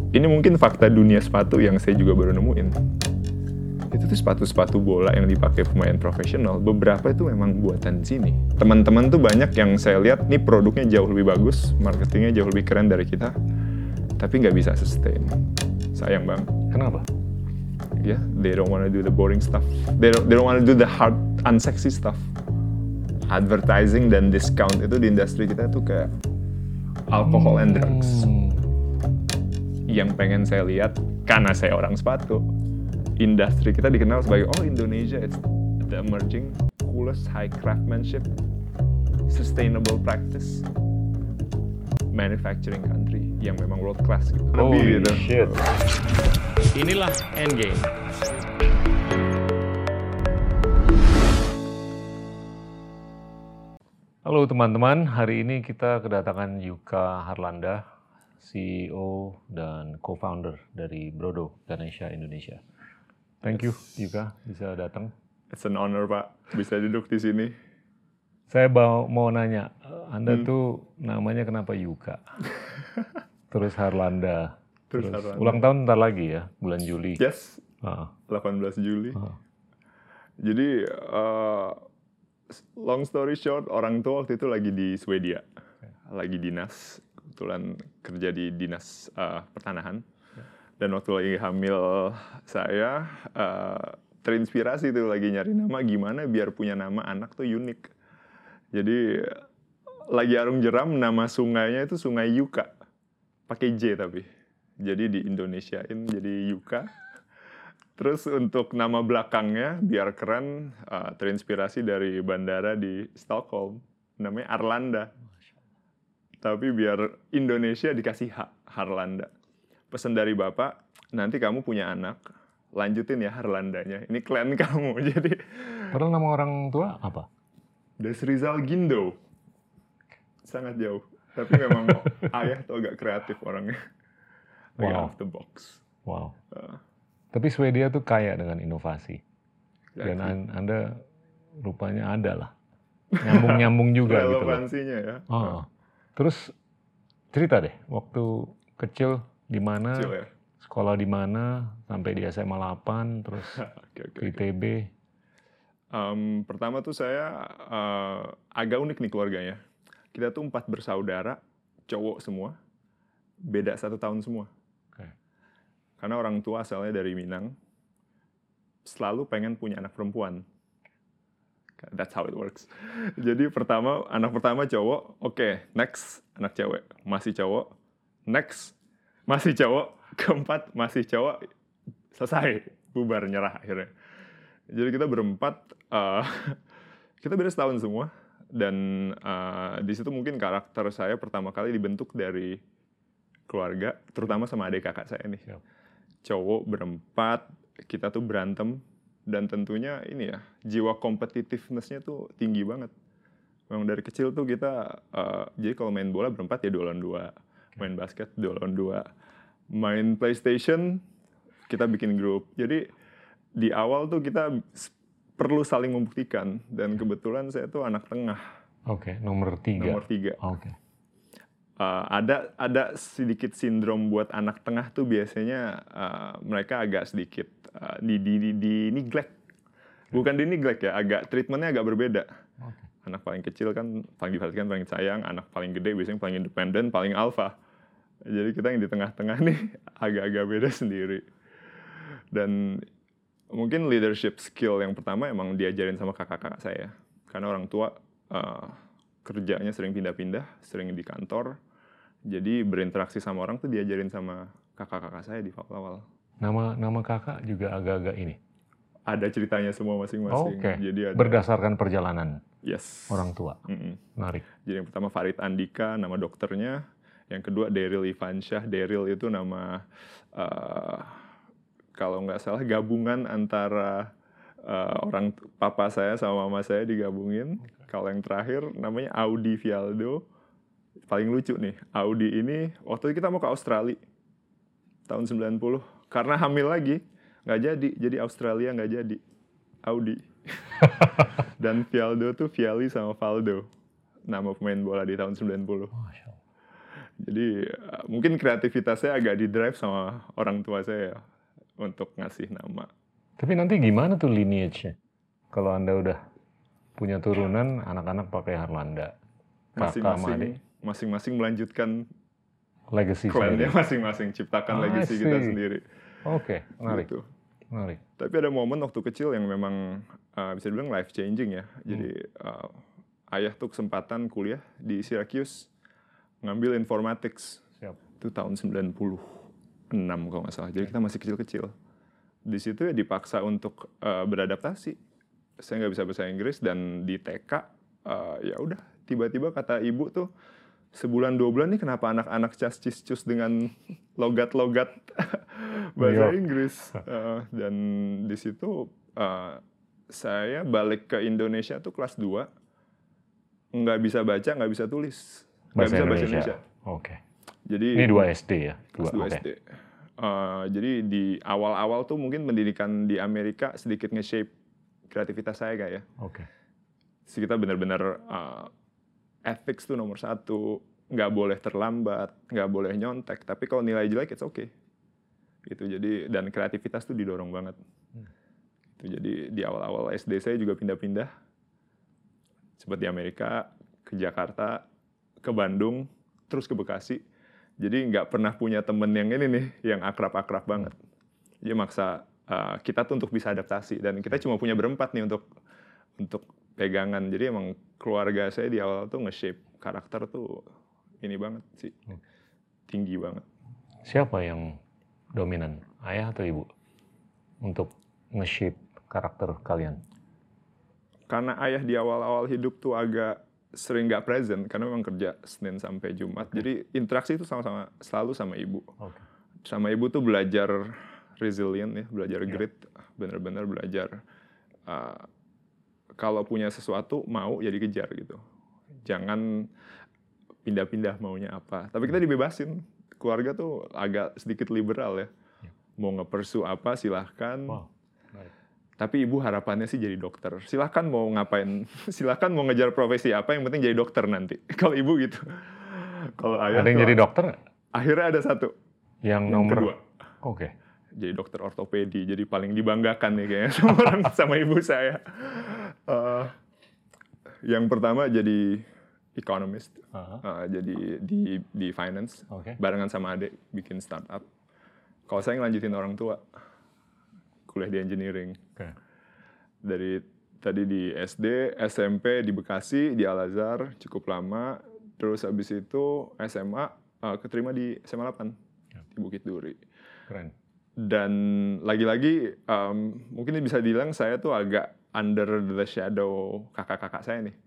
Ini mungkin fakta dunia sepatu yang saya juga baru nemuin. Itu tuh sepatu-sepatu bola yang dipakai pemain profesional, beberapa itu memang buatan sini. Teman-teman tuh banyak yang saya lihat nih produknya jauh lebih bagus, marketingnya jauh lebih keren dari kita, tapi nggak bisa sustain. Sayang bang. Kenapa? Yeah, they don't want to do the boring stuff. They don't want to do the hard, unsexy stuff. Advertising dan discount itu di industri kita tuh kayak alcohol and drugs. Yang pengen saya lihat, karena saya orang sepatu, industri kita dikenal sebagai, oh Indonesia it's the emerging, coolest, high craftsmanship, sustainable practice, manufacturing country yang memang world class gitu. Holy shit. Inilah Endgame. Halo teman-teman, hari ini kita kedatangan Yuka Harlanda, CEO dan co-founder dari Brodo Ganesha Indonesia. Thank you Yuka bisa datang. It's an honor Pak, bisa duduk di sini. Saya mau nanya, Anda tuh namanya kenapa Yuka? Terus Harlanda. Terus Harlanda. Ulang tahun ntar lagi ya, bulan Juli. Yes, 18 Juli. Jadi, long story short, orang tua waktu itu lagi di Swedia, lagi dinas, kebetulan kerja di dinas pertanahan. Dan waktu lagi hamil saya, terinspirasi tuh lagi nyari nama gimana biar punya nama anak tuh unik. Jadi, lagi arung jeram, nama sungainya itu Sungai Yuka, pakai J tapi. Jadi di Indonesiain jadi Yuka. Terus untuk nama belakangnya biar keren, terinspirasi dari bandara di Stockholm, namanya Arlanda. Tapi biar Indonesia dikasih H, Harlanda. Pesan dari bapak, nanti kamu punya anak, lanjutin ya Harlandanya. Ini klan kamu. Jadi. Padahal nama orang tua apa? Desrizal Gindo. Sangat jauh. Tapi memang ayah tuh agak kreatif orangnya. Agak out of the box. Wow. Tapi Swedia tuh kaya dengan inovasi. Dan Anda rupanya ada lah. Nyambung-nyambung juga gitu loh. Relevansinya ya. Terus cerita deh, waktu kecil di mana, Kecil ya. sekolah di mana, sampai di SMA 8, terus di ITB. Pertama tuh saya agak unik nih keluarganya. Kita tuh 4 bersaudara, cowok semua, beda 1 tahun semua. Karena orang tua asalnya dari Minang, selalu pengen punya anak perempuan. That's how it works. Jadi anak pertama cowok, oke, next, anak cewek. Masih cowok, next, masih cowok, keempat, masih cowok, selesai, bubar, nyerah akhirnya. Jadi kita berempat, kita beda setahun semua, dan di situ mungkin karakter saya pertama kali dibentuk dari keluarga, terutama sama adik kakak saya nih. Cowok berempat, kita tuh berantem, dan tentunya ini ya, jiwa competitiveness-nya tuh tinggi banget. Memang dari kecil tuh kita, jadi kalau main bola berempat ya 2 lawan 2, main basket 2 lawan 2, main PlayStation, kita bikin grup. Jadi di awal tuh kita perlu saling membuktikan, dan kebetulan saya tuh anak tengah. Oke, nomor 3. Nomor 3. Oke. Ada sedikit sindrom buat anak tengah tuh biasanya mereka agak sedikit di neglect. Bukan di neglect ya, treatmentnya agak berbeda. Okay. Anak paling kecil kan paling diperhatikan, paling sayang, anak paling gede biasanya paling independen, paling alpha. Jadi kita yang di tengah-tengah nih agak-agak beda sendiri. Dan mungkin leadership skill yang pertama emang diajarin sama kakak-kakak saya. Karena orang tua kerjanya sering pindah-pindah, sering di kantor. Jadi berinteraksi sama orang tuh diajarin sama kakak-kakak saya di awal. Nama kakak juga agak-agak ini? Ada ceritanya semua masing-masing. Oke. Jadi berdasarkan perjalanan orang tua. Menarik. Jadi yang pertama Farid Andika, nama dokternya. Yang kedua Daryl Ivansyah. Daryl itu nama, kalau nggak salah gabungan antara orang papa saya sama mama saya digabungin. Kalau yang terakhir namanya Audi Fialdo. Paling lucu nih, Audi ini waktu itu kita mau ke Australia tahun 90, karena hamil lagi nggak jadi Australia nggak jadi, Audi. Dan Fialdo tuh Fiali sama Faldo, nama pemain bola di tahun 90. Jadi mungkin kreativitasnya agak di-drive sama orang tua saya ya, untuk ngasih nama. Tapi nanti gimana tuh lineage-nya? Kalau Anda udah punya turunan, anak-anak pakai Harlanda. Kakak sama adik, Masing-masing melanjutkan legacy klannya sendiri. masing-masing, ciptakan I legacy kita see. sendiri. Oke, menarik. Gitu. Menarik. Tapi ada momen waktu kecil yang memang bisa dibilang life changing ya. Jadi ayah tuh kesempatan kuliah di Syracuse ngambil informatics. Siap. Itu tahun 96 kalau nggak salah. Jadi kita masih kecil-kecil. Di situ ya dipaksa untuk beradaptasi. Saya nggak bisa bahasa Inggris dan di TK ya udah tiba-tiba kata ibu tuh sebulan 2 bulan nih kenapa anak-anak cas-cis-cus dengan logat-logat bahasa Inggris. Dan di situ saya balik ke Indonesia tuh kelas 2 nggak bisa baca, nggak bisa tulis, nggak bisa bahasa Indonesia. Oke. Jadi Ini 2 SD ya? kelas 2 SD. Jadi di awal-awal tuh mungkin pendidikan di Amerika sedikit nge-shape kreativitas saya kayak ya. Oke. Jadi kita benar-benar ethics tuh nomor 1, nggak boleh terlambat, nggak boleh nyontek. Tapi kalau nilai jelek, it's okay. Gitu. Jadi dan kreativitas tuh didorong banget. Itu jadi di awal-awal SD saya juga pindah-pindah. Sempat di Amerika, ke Jakarta, ke Bandung, terus ke Bekasi. Jadi nggak pernah punya temen yang ini nih, yang akrab-akrab banget. Jadi maksa kita tuh untuk bisa adaptasi. Dan kita cuma punya berempat nih untuk pegangan. Jadi emang keluarga saya di awal tuh nge-shape karakter tuh ini banget sih. Tinggi banget. Siapa yang dominan? Ayah atau ibu? Untuk nge-shape karakter kalian? Karena ayah di awal-awal hidup tuh agak sering nggak present karena memang kerja Senin sampai Jumat. Jadi interaksi itu selalu sama ibu. Sama ibu tuh belajar resilient ya, belajar grit, benar-benar belajar kalau punya sesuatu mau ya dikejar gitu. Jangan pindah-pindah maunya apa. Tapi kita dibebasin. Keluarga tuh agak sedikit liberal ya. Mau nge-pursue apa silahkan. Wow. Tapi ibu harapannya sih jadi dokter. Silahkan mau ngapain, silahkan mau ngejar profesi apa, yang penting jadi dokter nanti. Kalau ibu gitu. Kalau ayah ada yang jadi dokter nggak? Akhirnya ada satu. Yang nomor kedua. Oke. Jadi dokter ortopedi, jadi paling dibanggakan nih kayaknya sama ibu saya. Yang pertama jadi economist, jadi di finance, barengan sama adik bikin startup. Kalau saya ngelanjutin orang tua, kuliah di engineering. Dari tadi di SD, SMP di Bekasi, di Al-Azhar cukup lama. Terus habis itu SMA, keterima di SMA 8 di Bukit Duri. Keren. Dan lagi-lagi mungkin bisa dibilang saya tuh agak under the shadow kakak-kakak saya nih.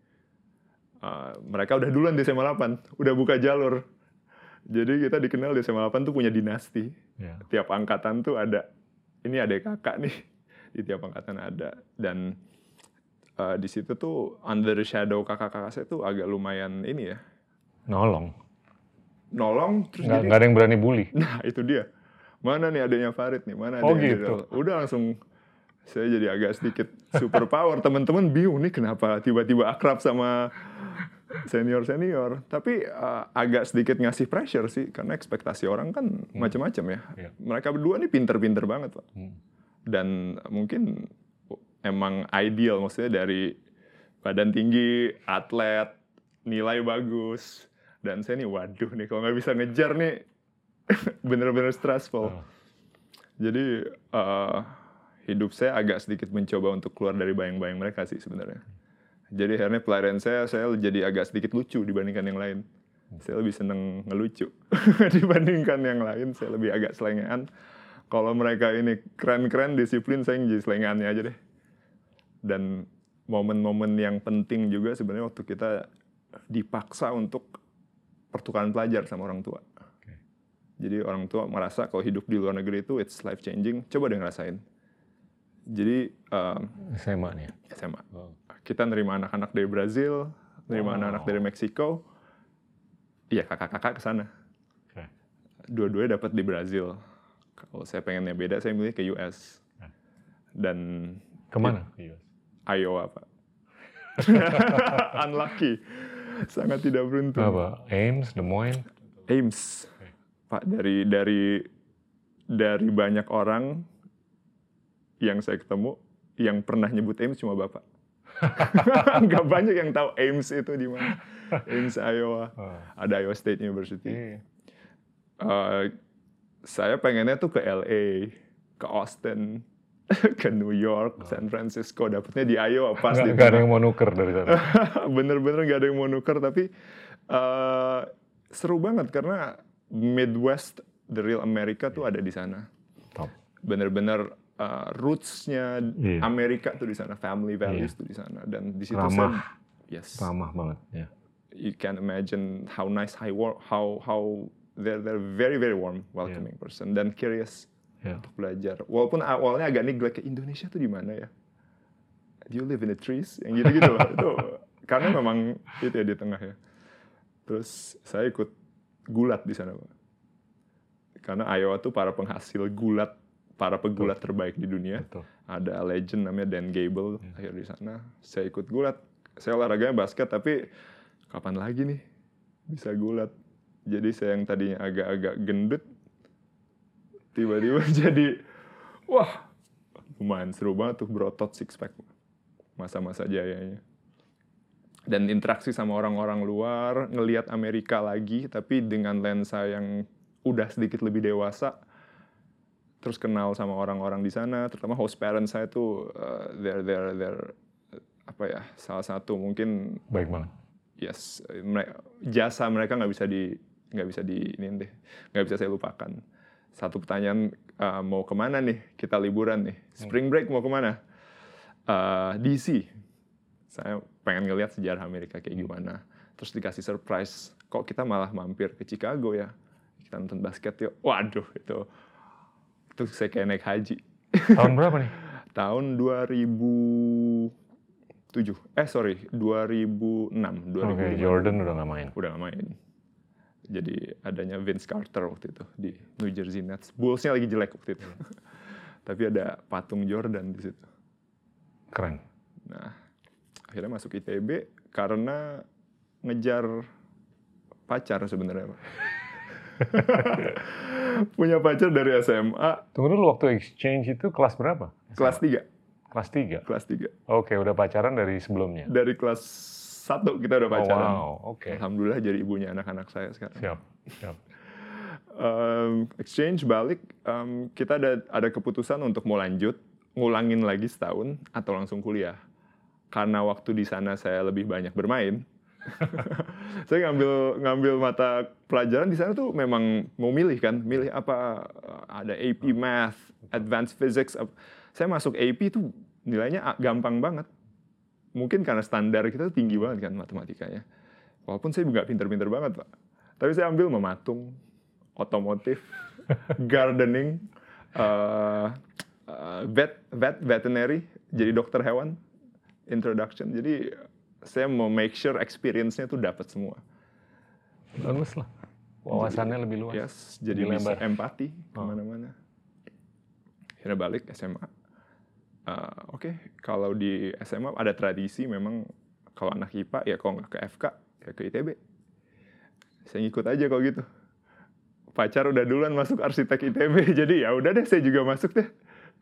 Mereka udah duluan di SMA 8, udah buka jalur. Jadi kita dikenal di SMA 8 tuh punya dinasti. Tiap angkatan tuh ada, ini ada kakak nih, di tiap angkatan ada. Dan di situ tuh under the shadow kakak-kakak saya tuh agak lumayan ini ya. Nolong, terus nggak ada yang berani bully. Nah itu dia. Mana nih adanya Farid nih, mana adanya gitu. Udah langsung saya jadi agak sedikit super power. Teman-teman bingung nih kenapa tiba-tiba akrab sama senior-senior. Tapi agak sedikit ngasih pressure sih, karena ekspektasi orang kan macam-macam ya. Mereka berdua nih pinter-pinter banget, Pak. Dan mungkin emang ideal, maksudnya dari badan tinggi, atlet, nilai bagus. Dan saya nih, waduh nih, kalau nggak bisa ngejar nih, bener-bener stressful. Jadi hidup saya agak sedikit mencoba untuk keluar dari bayang-bayang mereka sih sebenarnya. Jadi akhirnya pelarian saya jadi agak sedikit lucu dibandingkan yang lain. Saya lebih seneng ngelucu dibandingkan yang lain. Saya lebih agak selengean. Kalau mereka ini keren-keren, disiplin, saya jadi selengeannya aja deh. Dan momen-momen yang penting juga sebenarnya waktu kita dipaksa untuk pertukaran pelajar sama orang tua. Jadi orang tua merasa kalau hidup di luar negeri itu it's life changing. Coba deh ngerasain. Jadi SMA nih. SMA. Kita nerima anak-anak dari Brazil, nerima anak-anak dari Meksiko. Iya, kakak-kakak ke sana. Dua-duanya dapat di Brazil. Kalau saya pengennya beda, saya milih ke US. Dan kemana? Iowa, Pak. Unlucky. Sangat tidak beruntung. Apa? Ames, Des Moines? Ames, Pak, dari banyak orang yang saya ketemu, yang pernah nyebut Ames cuma Bapak. Nggak banyak yang tahu Ames itu di mana. Ames, Iowa. Ada Iowa State University. Saya pengennya tuh ke LA, ke Austin, ke New York, San Francisco. Dapetnya di Iowa pas di nggak ada yang mau nuker dari sana. Bener-bener nggak ada yang mau nuker, tapi seru banget karena Midwest, the real America tuh ada di sana. Top. Bener-bener roots-nya Amerika tuh di sana, family values tuh di sana, dan di situ ramah. Yes. Ramah banget, ya. You can imagine how nice, how they're very very warm, welcoming person, dan curious untuk belajar. Walaupun awalnya agak neglect, ke Indonesia tuh di mana ya? Do you live in the trees? Yang gitu-gitu loh. Itu karena memang itu ya di tengah ya. Terus saya ikut gulat di sana, Pak. Karena Iowa tuh para penghasil gulat, para pegulat terbaik di dunia. Betul. Ada legend namanya Dan Gable lahir di sana. Saya ikut gulat. Saya olahraganya basket, tapi kapan lagi nih bisa gulat? Jadi saya yang tadinya agak-agak gendut, tiba-tiba jadi, wah, lumayan seru banget tuh, berotot six pack. Masa-masa jayanya. Dan interaksi sama orang-orang luar, ngelihat Amerika lagi, tapi dengan lensa yang udah sedikit lebih dewasa, terus kenal sama orang-orang di sana, terutama host parent saya tuh, they're apa ya, salah satu mungkin baik banget. Yes, jasa mereka nggak bisa saya lupakan. Satu pertanyaan, mau kemana nih? Kita liburan nih, spring break mau kemana? DC. Saya pengen ngelihat sejarah Amerika kayak gimana. Terus dikasih surprise, kok kita malah mampir ke Chicago ya? Kita nonton basket yuk. Waduh, itu saya kayak naik haji. Tahun berapa nih? Tahun 2006. Oke, Jordan udah nggak main. Udah nggak main. Jadi adanya Vince Carter waktu itu di New Jersey Nets. Bulls-nya lagi jelek waktu itu. Tapi ada patung Jordan di situ. Keren. Nah, akhirnya masuk ITB karena ngejar pacar sebenarnya, Pak. Punya pacar dari SMA. Tunggu dulu, waktu exchange itu kelas berapa? Kelas 3. Kelas 3? Kelas 3. Oke, udah pacaran dari sebelumnya? Dari kelas 1 kita udah pacaran. Oh, wow, oke. Alhamdulillah jadi ibunya anak-anak saya sekarang. Siap. Exchange balik, kita ada keputusan untuk mau lanjut, ngulangin lagi setahun, atau langsung kuliah. Karena waktu di sana saya lebih banyak bermain, saya ngambil mata pelajaran di sana tuh memang mau milih kan, milih apa, ada AP Math, Advanced Physics. Saya masuk AP tuh nilainya gampang banget. Mungkin karena standar kita tuh tinggi banget kan matematikanya. Walaupun saya nggak pinter-pinter banget, Pak. Tapi saya ambil mematung, otomotif, gardening, veterinary, jadi dokter hewan, introduction. Jadi saya mau make sure experience-nya tuh dapat semua. Bagus lah. Wawasannya lebih luas. Yes, jadi bisa empati kemana-mana. Akhirnya balik SMA. Oke, kalau di SMA ada tradisi memang kalau anak IPA ya kalau nggak ke FK ya ke ITB. Saya ngikut aja kalau gitu. Pacar udah duluan masuk arsitek ITB, jadi ya udah deh saya juga masuk deh.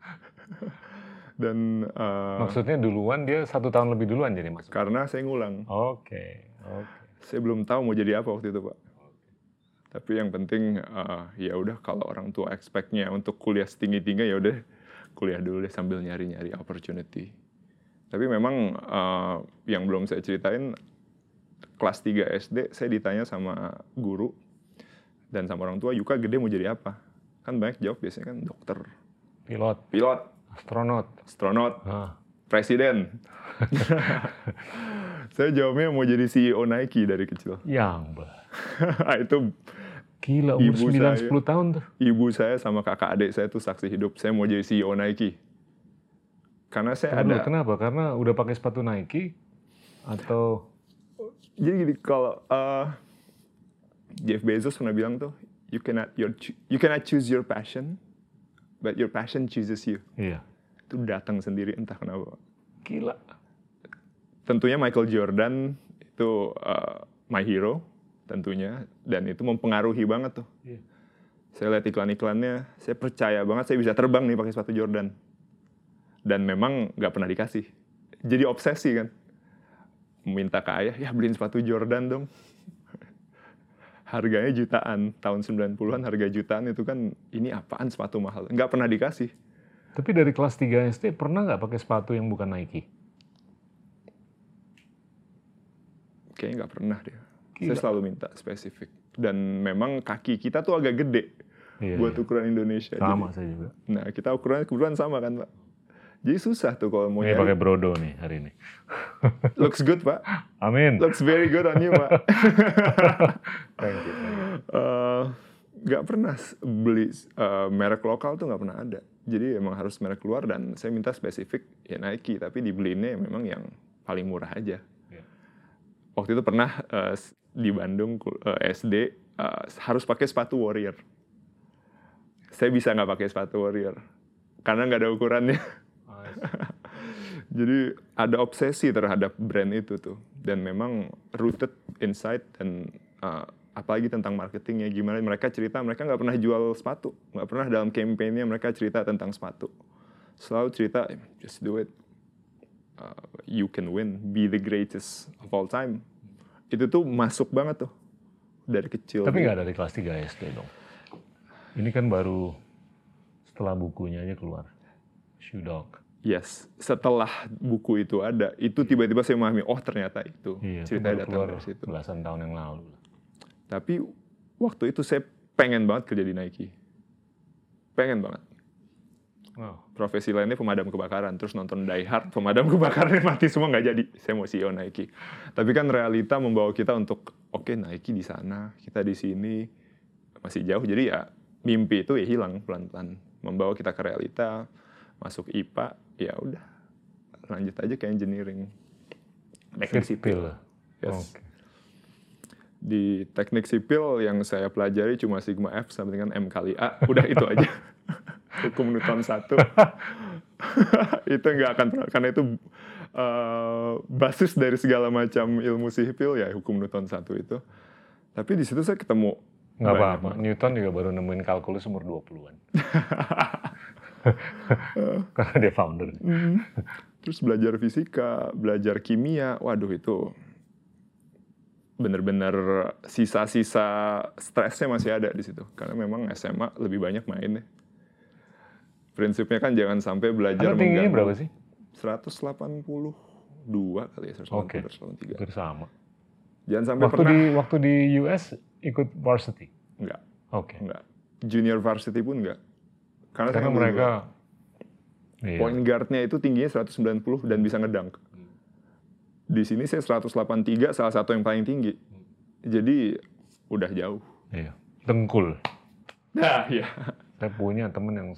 Dan maksudnya duluan, dia 1 tahun lebih duluan jadi masuk? Karena saya ngulang. Oke. Saya belum tahu mau jadi apa waktu itu, Pak. Tapi yang penting ya udah kalau orang tua expect-nya untuk kuliah setinggi-tinggi ya udah kuliah dulu deh sambil nyari-nyari opportunity. Tapi memang yang belum saya ceritain, kelas 3 SD saya ditanya sama guru dan sama orang tua, Yuka gede mau jadi apa? Kan banyak jawab biasanya kan dokter, pilot, astronot, presiden. Saya jawabnya mau jadi CEO Nike dari kecil. Yang itu gila, umur 9-10 tahun tuh. Ibu saya sama kakak adik saya tuh saksi hidup. Saya mau jadi CEO Nike. Karena saya ada. Kenapa? Karena udah pakai sepatu Nike atau? Jadi gini, kalau Jeff Bezos pernah bilang tuh, you cannot choose your passion, but your passion chooses you. Iya. Itu datang sendiri entah kenapa. Gila. Tentunya Michael Jordan itu my hero. tentunya, dan itu mempengaruhi banget tuh. Iya. Saya lihat iklan-iklannya, saya percaya banget saya bisa terbang nih pakai sepatu Jordan. Dan memang nggak pernah dikasih. Jadi obsesi kan. Minta ke ayah, ya beliin sepatu Jordan dong. Harganya jutaan. Tahun 90-an harga jutaan itu kan, ini apaan sepatu mahal. Nggak pernah dikasih. Tapi dari kelas 3 SD pernah nggak pakai sepatu yang bukan Nike? Kayaknya nggak pernah deh. Gila. Saya selalu minta spesifik. Dan memang kaki kita tuh agak gede buat ukuran Indonesia. Sama jadi, saya juga. Nah, kita ukurannya kebetulan sama kan, Pak. Jadi susah tuh kalau mau Ini nyari. pakai Brodo nih hari ini. Looks good, Pak. Amin. Looks very good on you, Pak. Thank you. Nggak pernah beli merek lokal tuh nggak pernah ada. Jadi emang harus merek luar, dan saya minta spesifik ya Nike, tapi dibeliinnya memang yang paling murah aja. Yeah. Waktu itu pernah di Bandung SD harus pakai sepatu Warrior. Saya bisa nggak pakai sepatu Warrior karena nggak ada ukurannya. Jadi ada obsesi terhadap brand itu tuh, dan memang rooted inside, dan apalagi tentang marketingnya, gimana mereka cerita, mereka nggak pernah jual sepatu, nggak pernah dalam campaign-nya mereka cerita tentang sepatu, selalu cerita just do it, you can win, be the greatest of all time. Itu tuh masuk banget tuh dari kecil. Tapi nggak dari kelas 3 SD dong. Ini kan baru setelah bukunya aja keluar, Shoe Dog. Yes, setelah buku itu ada, itu tiba-tiba saya memahami, oh ternyata itu ceritanya datang dari situ. Belasan tahun yang lalu. Tapi waktu itu saya pengen banget kerja di Nike. Pengen banget. Wow. Profesi lainnya pemadam kebakaran, terus nonton Die Hard, pemadam kebakaran mati semua, nggak jadi. Saya mau CEO Nike. Tapi kan realita membawa kita untuk, oke, Nike di sana, kita di sini, masih jauh. Jadi ya mimpi itu ya hilang pelan-pelan. Membawa kita ke realita, masuk IPA, ya udah lanjut aja ke engineering. Teknik sipil. Yes. Okay. Di teknik sipil yang saya pelajari cuma sigma F sama dengan M kali A, udah itu aja. Hukum Newton 1. Itu nggak akan pernah, karena itu basis dari segala macam ilmu sipil ya hukum Newton 1 itu. Tapi di situ saya ketemu nggak apa-apa. Newton juga baru nemuin kalkulus umur 20-an. Karena dia founder. Terus belajar fisika, belajar kimia, waduh itu bener-bener sisa-sisa stresnya masih ada di situ. Karena memang SMA lebih banyak mainnya. Prinsipnya kan jangan sampai belajar mengganggu. Tingginya berapa sih? 182 kali ya, 183. Oke, hampir sama. Jangan sampai waktu di US ikut varsity? Enggak. Oke. Enggak. Junior varsity pun enggak. Karena mereka point guard-nya itu tingginya 190 dan bisa ngedunk. Di sini saya 183, salah satu yang paling tinggi. Jadi udah jauh. Iya. Dengkul. Nah, iya. Saya punya temen yang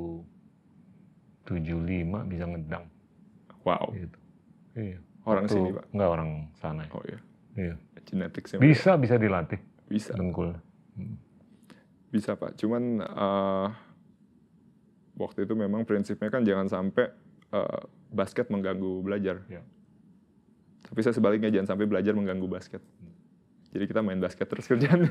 175 bisa ngedunk. Wow. Gitu. Iya. Orang sini, Pak? Enggak, orang sana. Oh iya. Iya. Geneticsnya. Bisa dilatih. Bisa. Dengkul. Bisa, Pak. Cuman waktu itu memang prinsipnya kan jangan sampai basket mengganggu belajar. Ya. Tapi saya sebaliknya, jangan sampai belajar mengganggu basket. Jadi kita main basket terus kerjaannya.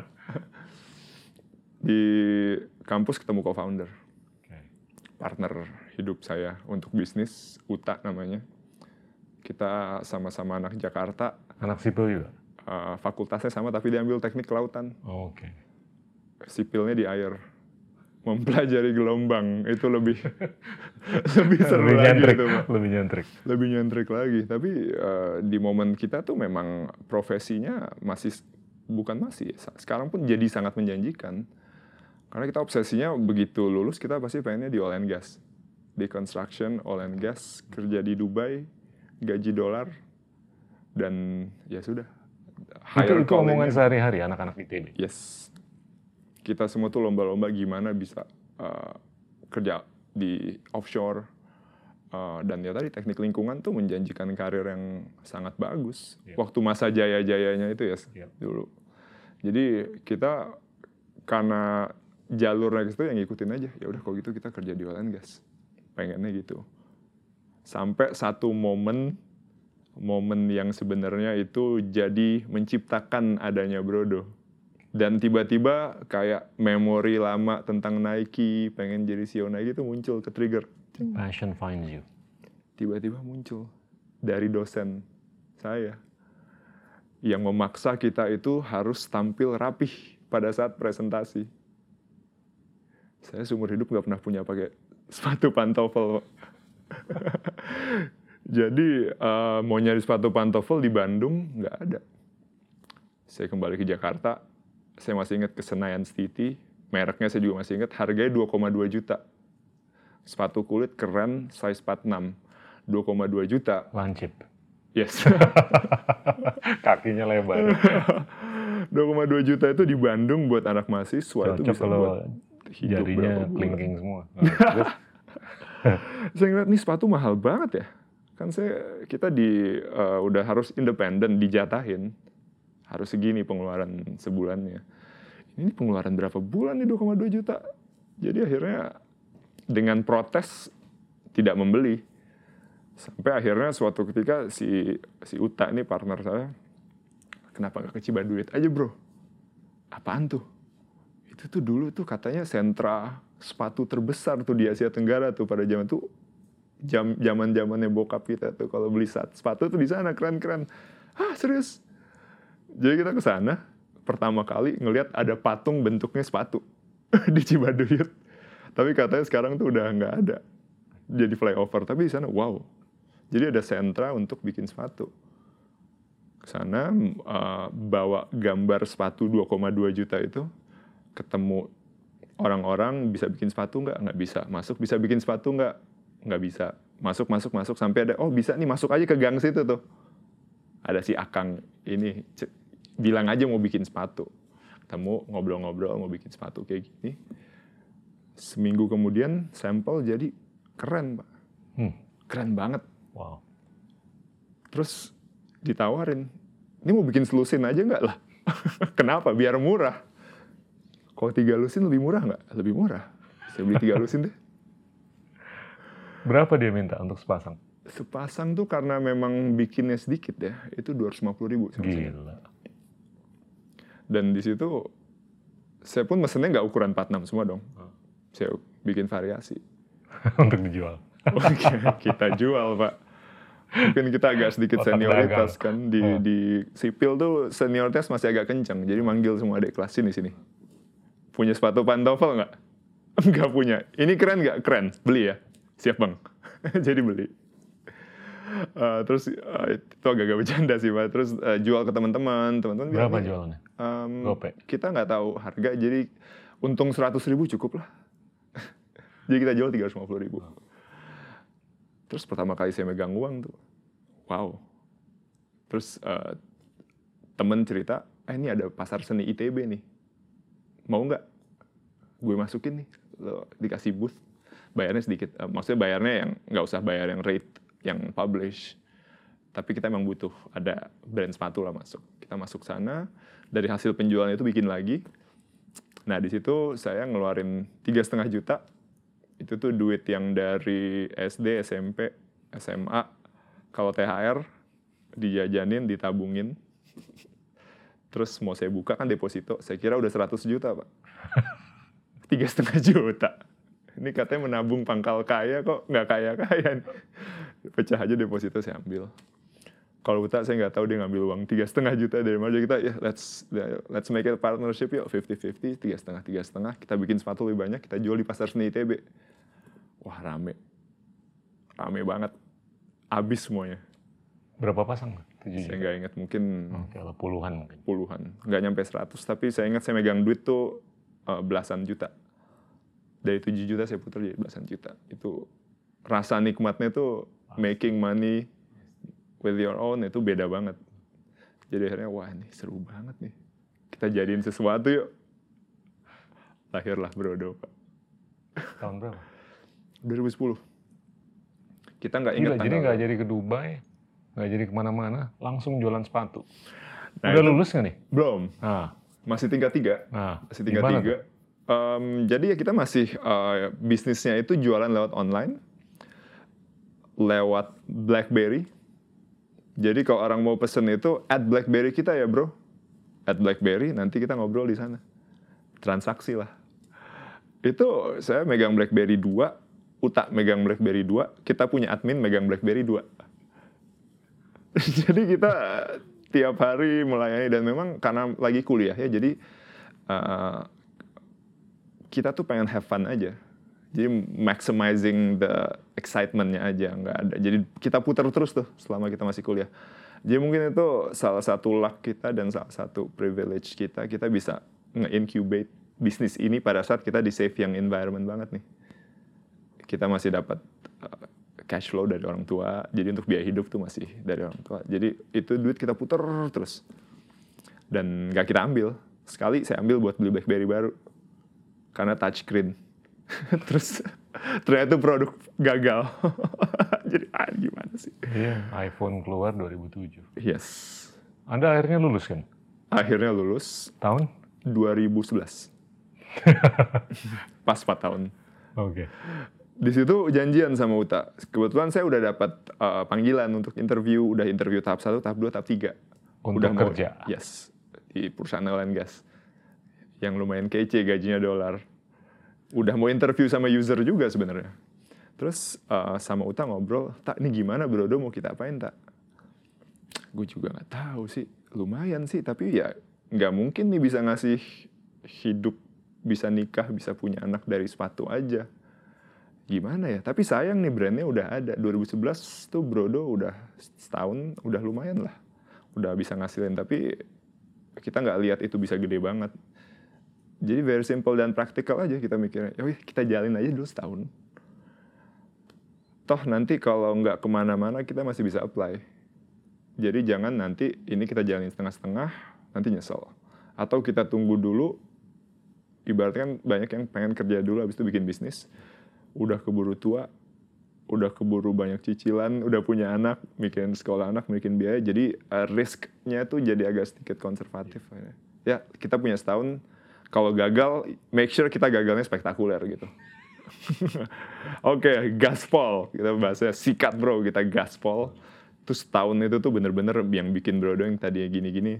Di kampus ketemu co-founder. Partner hidup saya untuk bisnis, Uta namanya. Kita sama-sama anak Jakarta. Anak sipil juga? Fakultasnya sama, tapi dia ambil teknik kelautan. Oh, oke. Sipilnya di air. Mempelajari gelombang, itu lebih seru lebih lagi nyentrik, itu, Pak. Lebih nyentrik lagi. Tapi di momen kita tuh memang profesinya sekarang pun jadi sangat menjanjikan. Karena kita obsesinya begitu lulus, kita pasti pengennya di oil and gas. Di construction, oil and gas, kerja di Dubai, gaji dolar, dan ya sudah. Itu omongan sehari-hari anak-anak ITB? Yes. Kita semua tuh lomba-lomba gimana bisa kerja di offshore. Dan ya tadi teknik lingkungan tuh menjanjikan karir yang sangat bagus. Yeah. Waktu masa jaya-jayanya itu ya dulu. Jadi kita karena jalurnya itu yang ngikutin aja. Ya udah kalau gitu kita kerja di oil and gas. Pengennya gitu. Sampai satu momen momen yang sebenarnya itu jadi menciptakan adanya Brodo. Dan tiba-tiba kayak memori lama tentang Nike, pengen jadi CEO Nike itu muncul ke trigger. Passion finds you. Tiba-tiba muncul dari dosen saya yang memaksa kita itu harus tampil rapih pada saat presentasi. Saya seumur hidup nggak pernah punya pakai sepatu pantofel. Jadi mau nyari sepatu pantofel di Bandung nggak ada. Saya kembali ke Jakarta, saya masih ingat ke Senayan City, mereknya saya juga masih ingat, harganya 2,2 juta. Sepatu kulit keren, size 46, 2,2 juta. Lancip. Yes. Kakinya lebar. 2,2 juta itu di Bandung buat anak mahasiswa. Itu Cocok bisa kalau buat hidup jarinya berapa bulan. kelingking semua. Nah, terus? Saya ngeliat nih sepatu mahal banget ya. Kan kita udah harus independen, dijatahin. Harus segini pengeluaran sebulannya. Ini pengeluaran berapa bulan nih 2,2 juta. Jadi akhirnya dengan protes tidak membeli. Sampai akhirnya suatu ketika si Uta ini partner saya, kenapa nggak ke Cibaduit aja bro? Apaan tuh? Itu tuh dulu tuh katanya sentra sepatu terbesar tuh di Asia Tenggara tuh pada zaman tuh zaman-zamannya bokap kita tuh kalau beli sepatu tuh di sana keren-keren. Ah serius? Jadi kita ke sana pertama kali ngelihat ada patung bentuknya sepatu di Cibaduit. Tapi katanya sekarang tuh udah nggak ada. Jadi flyover. Tapi di sana wow. Jadi ada sentra untuk bikin sepatu. Ke sana bawa gambar sepatu 2,2 juta itu, ketemu orang-orang bisa bikin sepatu nggak bisa. Masuk bisa bikin sepatu nggak bisa. Masuk sampai ada bisa nih masuk aja ke gang situ tuh. Ada si Akang ini bilang aja mau bikin sepatu. Ketemu ngobrol-ngobrol mau bikin sepatu kayak gini. Seminggu kemudian sampel jadi keren Pak. Keren banget. Wow. Terus ditawarin, ini mau bikin selusin aja nggak lah? Kenapa? Biar murah. Kalau 3 lusin lebih murah nggak? Lebih murah. Saya beli 3 lusin deh. Berapa dia minta untuk sepasang? Sepasang tuh karena memang bikinnya sedikit ya, itu 250.000. Gila. Dan di situ saya pun mesennya nggak ukuran 46 semua dong. Saya bikin variasi. Untuk dijual. Oke, kita jual Pak. Mungkin kita agak sedikit senioritas kan di sipil tuh senioritas masih agak kencang. Jadi manggil semua adik kelas sini. Punya sepatu pantofel nggak? Nggak punya. Ini keren nggak? Keren. Beli ya? Siap bang. Jadi beli. Terus itu agak bercanda sih Pak. Terus jual ke teman-teman. Berapa jualannya? Gope? Kita nggak tahu harga. Jadi untung 100.000 cukup lah. Jadi kita jual 350.000. Terus pertama kali saya megang uang tuh, wow. Terus temen cerita, ini ada pasar seni ITB nih, mau nggak? Gue masukin nih, lo dikasih booth, bayarnya sedikit. Maksudnya bayarnya yang nggak usah bayar yang rate, yang publish. Tapi kita emang butuh ada brand sepatu lah masuk. Kita masuk sana, dari hasil penjualan itu bikin lagi. Nah di situ saya ngeluarin 3,5 juta. Itu tuh duit yang dari SD, SMP, SMA. Kalau THR, dijajanin, ditabungin. Terus mau saya buka kan deposito. Saya kira udah 100 juta, Pak. 3,5 juta. Ini katanya menabung pangkal kaya kok nggak kaya-kaya. Pecah aja deposito saya ambil. Kalau Uta saya nggak tahu dia ngambil uang 3,5 juta dari mana. Kita let's make it a partnership yuk, 50-50, 3,5. Kita bikin sepatu lebih banyak, kita jual di pasar seni ITB. Wah rame banget, habis semuanya. Berapa pasang? 7 saya nggak ingat, mungkin puluhan. Nggak nyampe 100, tapi saya ingat saya megang duit tuh belasan juta. Dari 7 juta saya putar jadi belasan juta. Itu rasa nikmatnya tuh making money with your own itu beda banget. Jadi akhirnya wah ini seru banget nih. Kita jadiin sesuatu yuk. Lahirlah Brodo Pak. Tahun berapa? 2010. Kita nggak ingat tanggal. Jadi nggak jadi ke Dubai, nggak jadi kemana-mana, langsung jualan sepatu. Nah, udah lulus nggak nih? Belum. Masih tingkat 3. Masih tingkat 3. Jadi ya kita masih bisnisnya itu jualan lewat online, lewat BlackBerry. Jadi kalau orang mau pesen itu, add BlackBerry kita ya bro. Add BlackBerry, nanti kita ngobrol di sana. Transaksi lah. Itu saya megang BlackBerry 2, Uta megang BlackBerry 2, kita punya admin megang BlackBerry 2. Jadi kita tiap hari melayani, dan memang karena lagi kuliah ya, jadi kita tuh pengen have fun aja. Jadi maximizing the excitement-nya aja, nggak ada. Jadi kita putar terus tuh selama kita masih kuliah. Jadi mungkin itu salah satu luck kita dan salah satu privilege kita bisa nge-incubate bisnis ini pada saat kita di safe yang environment banget nih. Kita masih dapat cash flow dari orang tua, jadi untuk biaya hidup tuh masih dari orang tua. Jadi itu duit kita putar terus. Dan nggak kita ambil. Sekali saya ambil buat beli BlackBerry baru. Karena touchscreen. Terus ternyata produk gagal. Jadi gimana sih? Iya, iPhone keluar 2007. Yes. Anda akhirnya lulus kan? Akhirnya lulus. Tahun? 2011. Pas 4 tahun. Oke. Di situ janjian sama Uta. Kebetulan saya udah dapat panggilan untuk interview. Udah interview tahap 1, tahap 2, tahap 3. Untuk udah kerja? Yes. Di perusahaan oil and gas. Yang lumayan kece, gajinya $. Udah mau interview sama user juga sebenarnya. Terus sama Uta ngobrol, "Tak, ini gimana Brodo, mau kita apain tak?" Gue juga nggak tahu sih, lumayan sih, tapi ya nggak mungkin nih bisa ngasih hidup, bisa nikah, bisa punya anak dari sepatu aja. Gimana ya? Tapi sayang nih, brandnya udah ada. 2011 tuh Brodo udah setahun, udah lumayan lah. Udah bisa ngasilin, tapi kita nggak lihat itu bisa gede banget. Jadi very simple dan praktikal aja kita mikirnya. Yaudah, kita jalin aja dulu setahun. Toh nanti kalau nggak kemana-mana kita masih bisa apply. Jadi jangan nanti ini kita jalanin setengah-setengah, nanti nyesel. Atau kita tunggu dulu, ibaratnya kan banyak yang pengen kerja dulu habis itu bikin bisnis. Udah keburu tua, udah keburu banyak cicilan, udah punya anak, mikirin sekolah anak, mikirin biaya. Jadi risk-nya tuh jadi agak sedikit konservatif. Ya kita punya setahun. Kalau gagal, make sure kita gagalnya spektakuler gitu. Oke, gaspol. Kita bahasnya sikat bro, kita gaspol. Terus setahun itu tuh bener-bener yang bikin Brodo yang tadinya gini-gini.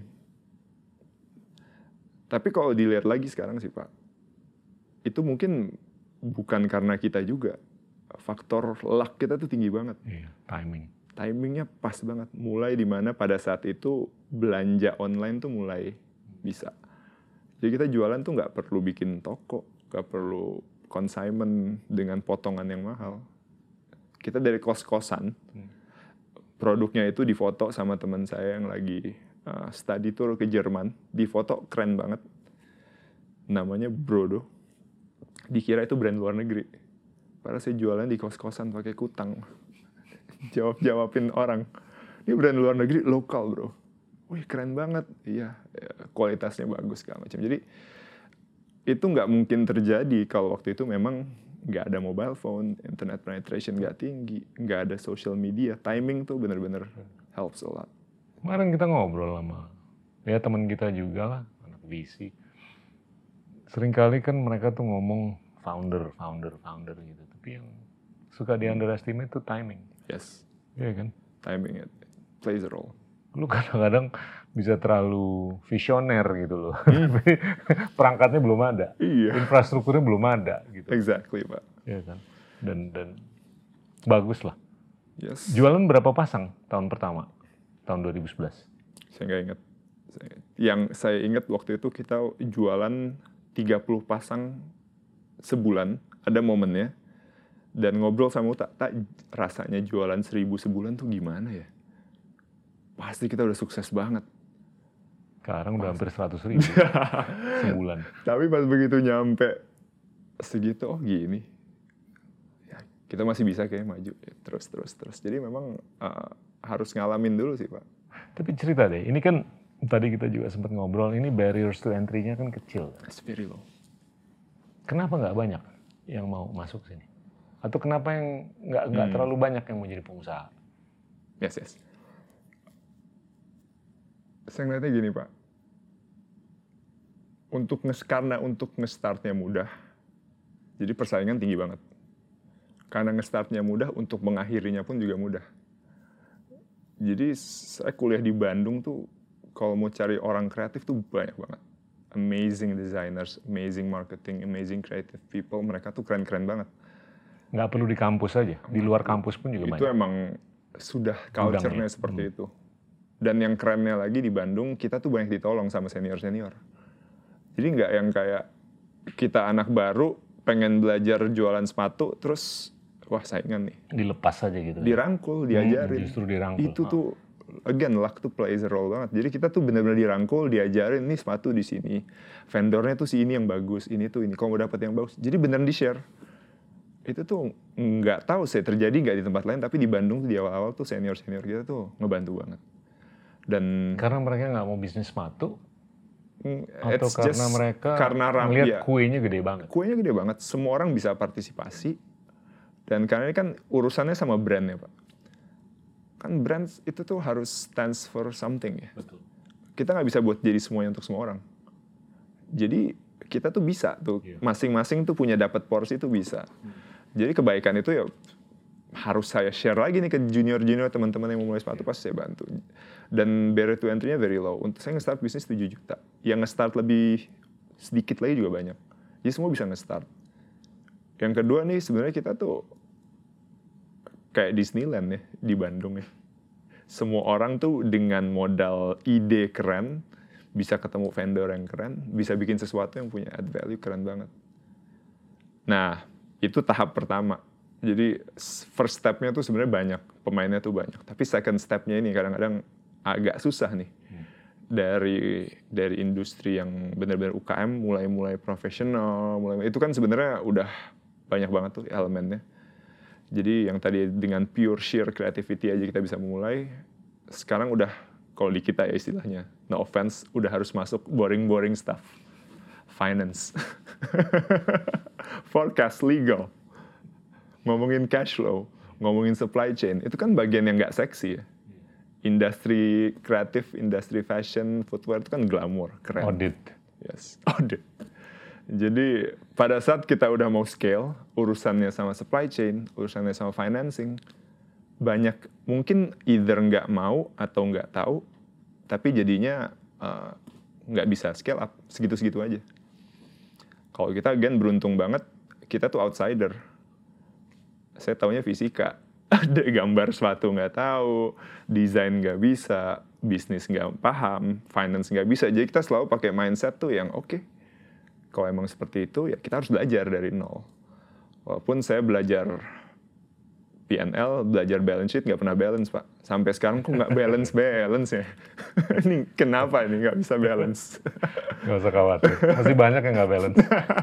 Tapi kalau dilihat lagi sekarang sih Pak, itu mungkin bukan karena kita juga. Faktor luck kita tuh tinggi banget. Iya, timing. Timingnya pas banget. Mulai dimana pada saat itu belanja online tuh mulai bisa. Jadi kita jualan tuh nggak perlu bikin toko, nggak perlu consignment dengan potongan yang mahal. Kita dari kos-kosan, produknya itu difoto sama teman saya yang lagi study tour ke Jerman, difoto keren banget. Namanya Brodo. Dikira itu brand luar negeri. Padahal saya jualan di kos-kosan pakai kutang. Jawab-jawabin orang. Ini brand luar negeri, lokal bro. Wih keren banget, iya kualitasnya bagus segala macam. Jadi itu nggak mungkin terjadi kalau waktu itu memang nggak ada mobile phone, internet penetration nggak tinggi, nggak ada social media. Timing tuh bener-bener helps a lot. Kemarin kita ngobrol sama ya teman kita juga lah, anak VC. Seringkali kan mereka tuh ngomong founder gitu. Tapi yang suka di underestimate itu timing. Yes. Iya kan? Timing it plays a role. Lu kadang-kadang bisa terlalu visioner gitu loh. Perangkatnya belum ada. Iya. Infrastrukturnya belum ada gitu. Exactly, Pak. Iya kan? Dan bagus lah. Yes. Jualan berapa pasang tahun pertama? Tahun 2011? Saya nggak ingat. Yang saya ingat waktu itu kita jualan 30 pasang sebulan. Ada momennya. Dan ngobrol sama Uta, rasanya jualan 1000 sebulan tuh gimana ya? Pasti kita udah sukses banget. Sekarang udah hampir 100.000 sebulan. Tapi pas begitu nyampe segitu, oh gini. Ya, kita masih bisa kayak maju. Ya, terus. Jadi memang harus ngalamin dulu sih Pak. Tapi cerita deh, ini kan tadi kita juga sempat ngobrol, ini barriers to entry-nya kan kecil. It's very low. Kenapa nggak banyak yang mau masuk sini? Atau kenapa yang nggak terlalu banyak yang mau jadi pengusaha? Yes. Saya ngeliatnya gini Pak, karena untuk nge-startnya mudah, jadi persaingan tinggi banget. Karena nge-startnya mudah, untuk mengakhirinya pun juga mudah. Jadi saya kuliah di Bandung tuh, kalau mau cari orang kreatif tuh banyak banget. Amazing designers, amazing marketing, amazing creative people. Mereka tuh keren-keren banget. Nggak perlu di kampus aja, di luar kampus pun juga banyak. Itu emang sudah culture-nya seperti itu. Dan yang kerennya lagi di Bandung, kita tuh banyak ditolong sama senior-senior. Jadi nggak yang kayak kita anak baru pengen belajar jualan sepatu, terus wah saingan nih. Dilepas aja gitu. Dirangkul, diajarin. Justru dirangkul. Itu tuh, again, luck tuh plays a role banget. Jadi kita tuh benar-benar dirangkul, diajarin, nih sepatu di sini. Vendornya tuh si ini yang bagus, ini tuh ini. Kalau mau dapat yang bagus. Jadi beneran di-share. Itu tuh nggak tahu sih terjadi nggak di tempat lain, tapi di Bandung tuh di awal-awal tuh senior-senior kita tuh ngebantu banget. Dan karena mereka nggak mau bisnis sepatu, atau karena mereka melihat kuenya gede banget. Kuenya gede banget, semua orang bisa partisipasi. Dan karena ini kan urusannya sama brand ya Pak. Kan brand itu tuh harus stands for something ya. Betul. Kita nggak bisa buat jadi semuanya untuk semua orang. Jadi kita tuh bisa tuh, masing-masing tuh punya dapat porsi tuh bisa. Jadi kebaikan itu ya harus saya share lagi nih ke junior-junior teman-teman yang mau mulai sepatu, pasti saya bantu. Dan barrier to entry-nya very low. Untuk saya nge-start bisnis 7 juta. Yang nge-start lebih sedikit lagi juga banyak. Jadi semua bisa nge-start. Yang kedua nih sebenarnya kita tuh kayak Disneyland ya di Bandung ya. Semua orang tuh dengan modal ide keren bisa ketemu vendor yang keren, bisa bikin sesuatu yang punya add value keren banget. Nah, itu tahap pertama. Jadi first step-nya tuh sebenarnya banyak, pemainnya tuh banyak. Tapi second step-nya ini kadang-kadang agak susah nih. Dari industri yang benar-benar UKM mulai profesional, itu kan sebenarnya udah banyak banget tuh elemennya. Jadi yang tadi dengan pure sheer creativity aja kita bisa memulai, sekarang udah kalau di kita ya istilahnya, no offense, udah harus masuk boring stuff. Finance, forecast, legal, ngomongin cash flow, ngomongin supply chain, itu kan bagian yang nggak seksi ya. Industri kreatif, industri fashion, footwear itu kan glamour, keren. Audit. Yes, audit. Jadi pada saat kita udah mau scale, urusannya sama supply chain, urusannya sama financing, banyak mungkin either nggak mau atau nggak tahu, tapi jadinya nggak bisa scale up, segitu-segitu aja. Kalau kita again beruntung banget, kita tuh outsider. Saya taunya fisika, ada gambar sepatu nggak tahu, desain nggak bisa, bisnis nggak paham, finance nggak bisa. Jadi kita selalu pakai mindset tuh yang oke. Kalau emang seperti itu, ya kita harus belajar dari nol. Walaupun saya belajar P&L, belajar balance sheet, nggak pernah balance, Pak. Sampai sekarang kok nggak balance ya. Ini kenapa ini nggak bisa balance? Nggak usah khawatir, masih banyak yang nggak balance.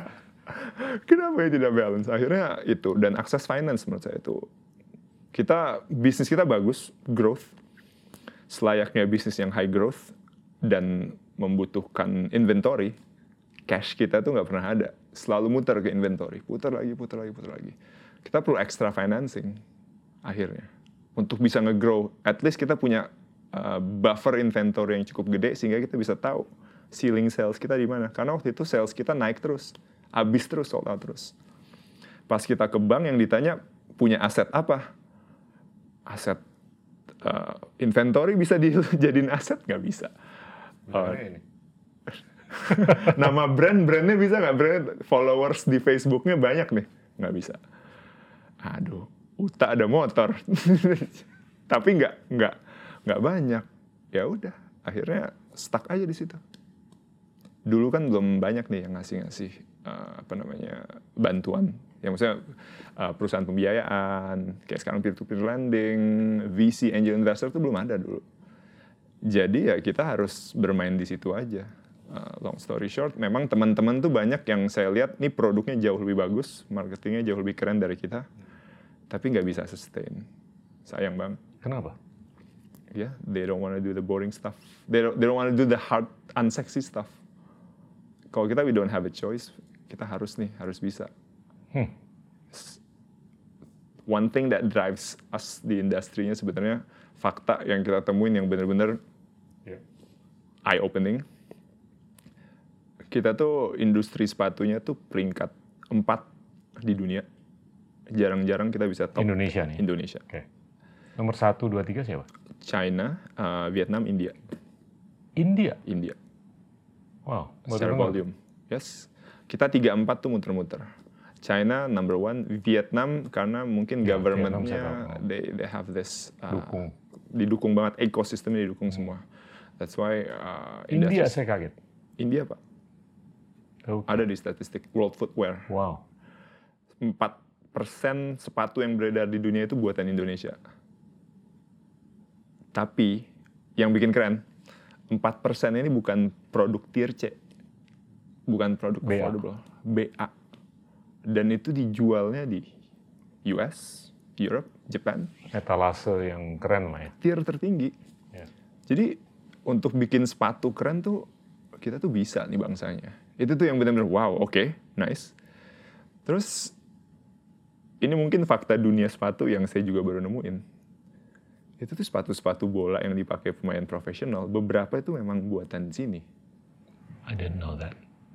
Kenapa ya tidak balance? Akhirnya itu, dan akses finance menurut saya itu. Bisnis kita bagus, growth. Selayaknya bisnis yang high growth, dan membutuhkan inventory. Cash kita tuh nggak pernah ada, selalu muter ke inventory, putar lagi. Kita perlu extra financing akhirnya untuk bisa nge-grow. At least kita punya buffer inventory yang cukup gede sehingga kita bisa tahu ceiling sales kita di mana. Karena waktu itu sales kita naik terus, habis terus, sold out terus. Pas kita ke bank yang ditanya punya aset apa? Aset inventory bisa dijadiin aset, nggak bisa. Nama brandnya bisa nggak? Brand followers di Facebooknya banyak nih, nggak bisa. Aduh, Uta ada motor, tapi nggak banyak. Ya udah, akhirnya stuck aja di situ. Dulu kan belum banyak nih yang ngasih bantuan. Ya maksudnya perusahaan pembiayaan, kayak sekarang peer-to-peer lending, VC, angel investor itu belum ada dulu. Jadi ya kita harus bermain di situ aja. Long story short, memang teman-teman tuh banyak yang saya lihat nih produknya jauh lebih bagus, marketingnya jauh lebih keren dari kita, tapi nggak bisa sustain. Sayang banget. Kenapa? Yeah, they don't want to do the boring stuff. They don't want to do the hard, unsexy stuff. Kalau kita we don't have a choice, kita harus bisa. One thing that drives us di industrinya sebenarnya fakta yang kita temuin yang benar-benar eye-opening. Kita tuh industri sepatunya tuh peringkat 4 di dunia. Jarang-jarang kita bisa top. Indonesia nih? Indonesia. Oke. Nomor 1, 2, 3 siapa? China, Vietnam, India. India? India. Wow. Secara volume. Yes. Kita 3-4 tuh muter-muter. China number 1, Vietnam karena mungkin government-nya they have this didukung banget, ekosistemnya didukung semua. That's why India saya kaget. India, Pak. Ada di statistik World Footwear. Wow. 4% sepatu yang beredar di dunia itu buatan Indonesia. Tapi yang bikin keren, 4% ini bukan produk tier C. Bukan produk affordable. BA. Dan itu dijualnya di US, Europe, Japan. Etalase yang keren lah ya. Tier tertinggi. Yeah. Jadi untuk bikin sepatu keren tuh kita tuh bisa nih bangsanya. Itu tuh yang benar-benar wow, oke, nice. Terus ini mungkin fakta dunia sepatu yang saya juga baru nemuin. Itu tuh sepatu-sepatu bola yang dipakai pemain profesional, beberapa itu memang buatan sini. I didn't know that.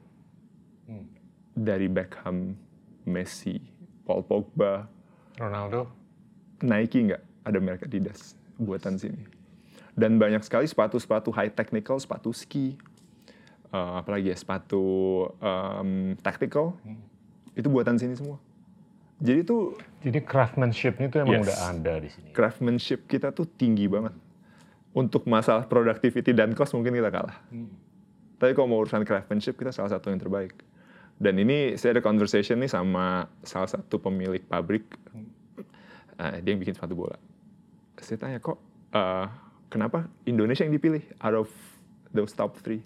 Dari Beckham, Messi, Paul Pogba, Ronaldo, Nike nggak ada merek Adidas buatan sini. Dan banyak sekali sepatu-sepatu high technical, sepatu ski, apalagi ya sepatu tactical, itu buatan sini semua. Jadi craftsmanship-nya itu emang udah ada di sini. Craftsmanship kita tuh tinggi banget. Untuk masalah productivity dan cost mungkin kita kalah. Tapi kalau mau urusan craftsmanship kita salah satu yang terbaik. Dan ini saya ada conversation nih sama salah satu pemilik pabrik. Dia yang bikin sepatu bola. Saya tanya kok kenapa Indonesia yang dipilih out of those top 3?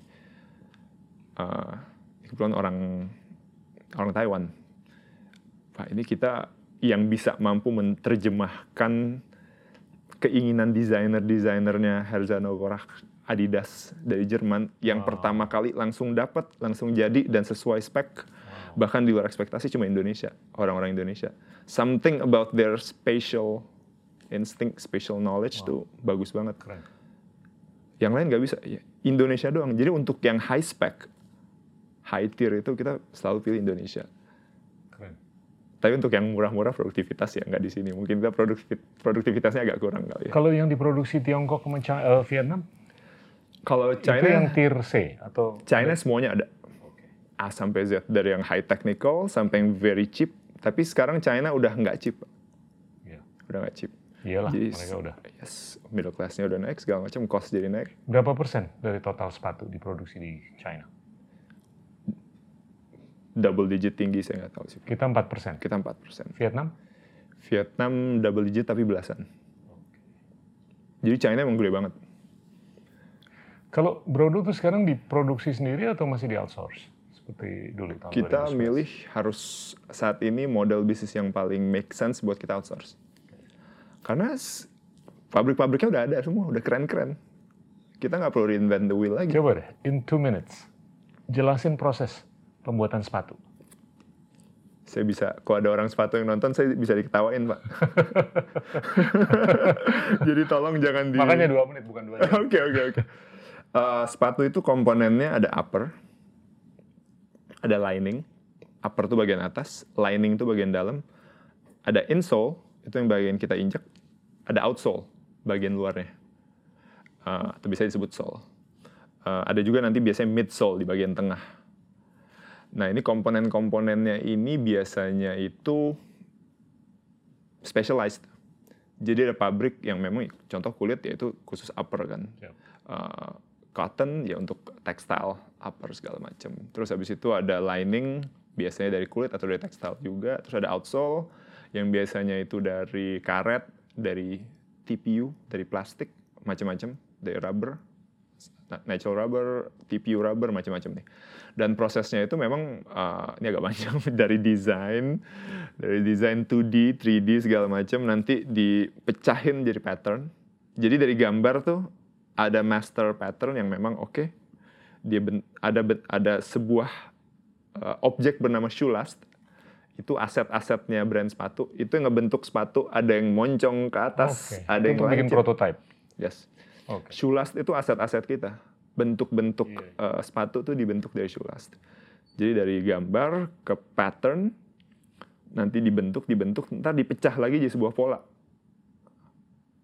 Kebetulan orang Taiwan. Pak, ini kita yang bisa mampu menerjemahkan keinginan desainer-desainernya Herzano Gorak Adidas dari Jerman yang pertama kali langsung dapat, langsung jadi dan sesuai spek. Bahkan di luar ekspektasi cuma Indonesia, orang-orang Indonesia. Something about their spatial instinct, spatial knowledge tuh bagus banget. Keren. Yang lain nggak bisa, ya, Indonesia doang. Jadi untuk yang high spec, high tier itu kita selalu pilih Indonesia. Keren. Tapi untuk yang murah-murah produktivitas ya nggak di sini. Mungkin kita produktivitasnya agak kurang kali ya. Kalau yang diproduksi Tiongkok sama Vietnam? Kalau China itu yang tier C atau China semuanya ada. A sampai Z, dari yang high technical sampai yang very cheap. Tapi sekarang China udah nggak cheap. Yeah. Udah nggak cheap. Iyalah, jadi, mereka udah. Yes, middle class-nya udah naik, segala macam, cost jadi naik. Berapa persen dari total sepatu diproduksi di China? Double digit tinggi, saya nggak tahu sih. Kita 4%. Kita 4%. Vietnam? Vietnam double digit tapi belasan. Jadi China emang gede banget. Kalau Brodo tuh sekarang diproduksi sendiri atau masih di outsource? Seperti dulu tahun 2011. Kita milih harus saat ini model bisnis yang paling make sense buat kita outsource. Karena pabrik-pabriknya udah ada semua, udah keren-keren. Kita nggak perlu reinvent the wheel lagi. Coba deh, in 2 minutes, jelasin proses pembuatan sepatu. Saya bisa, kalau ada orang sepatu yang nonton, saya bisa diketawain, Pak. Jadi tolong jangan di... Makanya 2 menit, bukan 2 jam. Oke. Sepatu itu komponennya ada upper, ada lining. Upper itu bagian atas, lining itu bagian dalam. Ada insole, itu yang bagian kita injek. Ada outsole, bagian luarnya. Atau bisa disebut sole. Ada juga nanti biasanya midsole di bagian tengah. Nah, ini komponen-komponennya ini biasanya itu specialized. Jadi ada pabrik yang memang contoh kulit yaitu khusus upper kan. Yep. Cotton ya untuk textile upper segala macam. Terus habis itu ada lining biasanya dari kulit atau dari textile juga. Terus ada outsole yang biasanya itu dari karet, dari TPU, dari plastik, macam-macam, dari rubber, natural rubber, TPU rubber, macam-macam nih. Dan prosesnya itu memang ini agak panjang dari desain 2D, 3D segala macam nanti dipecahin jadi pattern. Jadi dari gambar tuh ada master pattern yang memang oke. Dia ada sebuah objek bernama shoe last. Itu aset-asetnya brand sepatu. Itu yang ngebentuk sepatu, ada yang moncong ke atas, ada yang bikin prototype. Yes. Shoe last itu aset-aset kita. Bentuk-bentuk sepatu tuh dibentuk dari shoe last. Jadi dari gambar ke pattern, nanti dibentuk, ntar dipecah lagi jadi sebuah pola.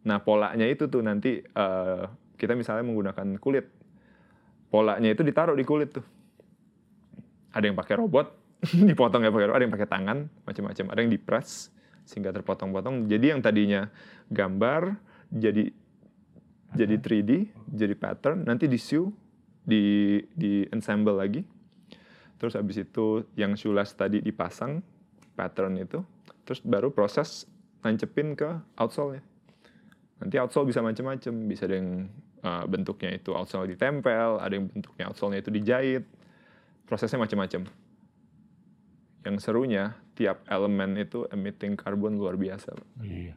Nah, polanya itu tuh nanti kita misalnya menggunakan kulit. Polanya itu ditaruh di kulit tuh. Ada yang pakai robot, dipotong ya pakai robot, ada yang pakai tangan, macam-macam. Ada yang dipres sehingga terpotong-potong. Jadi yang tadinya gambar jadi 3D, jadi pattern, nanti di-sew, di ensemble lagi. Terus habis itu yang shoelace tadi dipasang pattern itu, terus baru proses nancepin ke outsole-nya. Nanti outsole bisa macam-macam, bisa ada yang bentuknya itu outsole ditempel, ada yang bentuknya outsole-nya itu dijahit. Prosesnya macam-macam. Yang serunya tiap elemen itu emitting karbon luar biasa. Iya.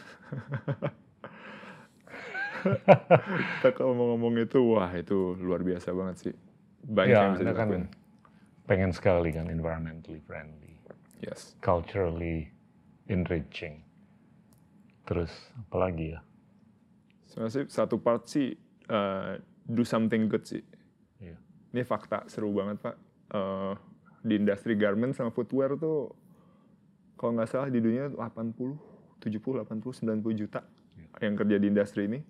Kita kalau mau ngomong itu, wah itu luar biasa banget sih. Banyak Ya, yang bisa Anda kan dilakuin. pengen sekali kan environmentally friendly, Yes. culturally enriching. Terus apalagi ya? Sebenarnya sih satu part sih do something good sih. Iya. Ini fakta seru banget Pak. Di industri garment sama footwear tuh kalau nggak salah di dunia 80, 70, 80, 90 juta yang kerja di industri ini.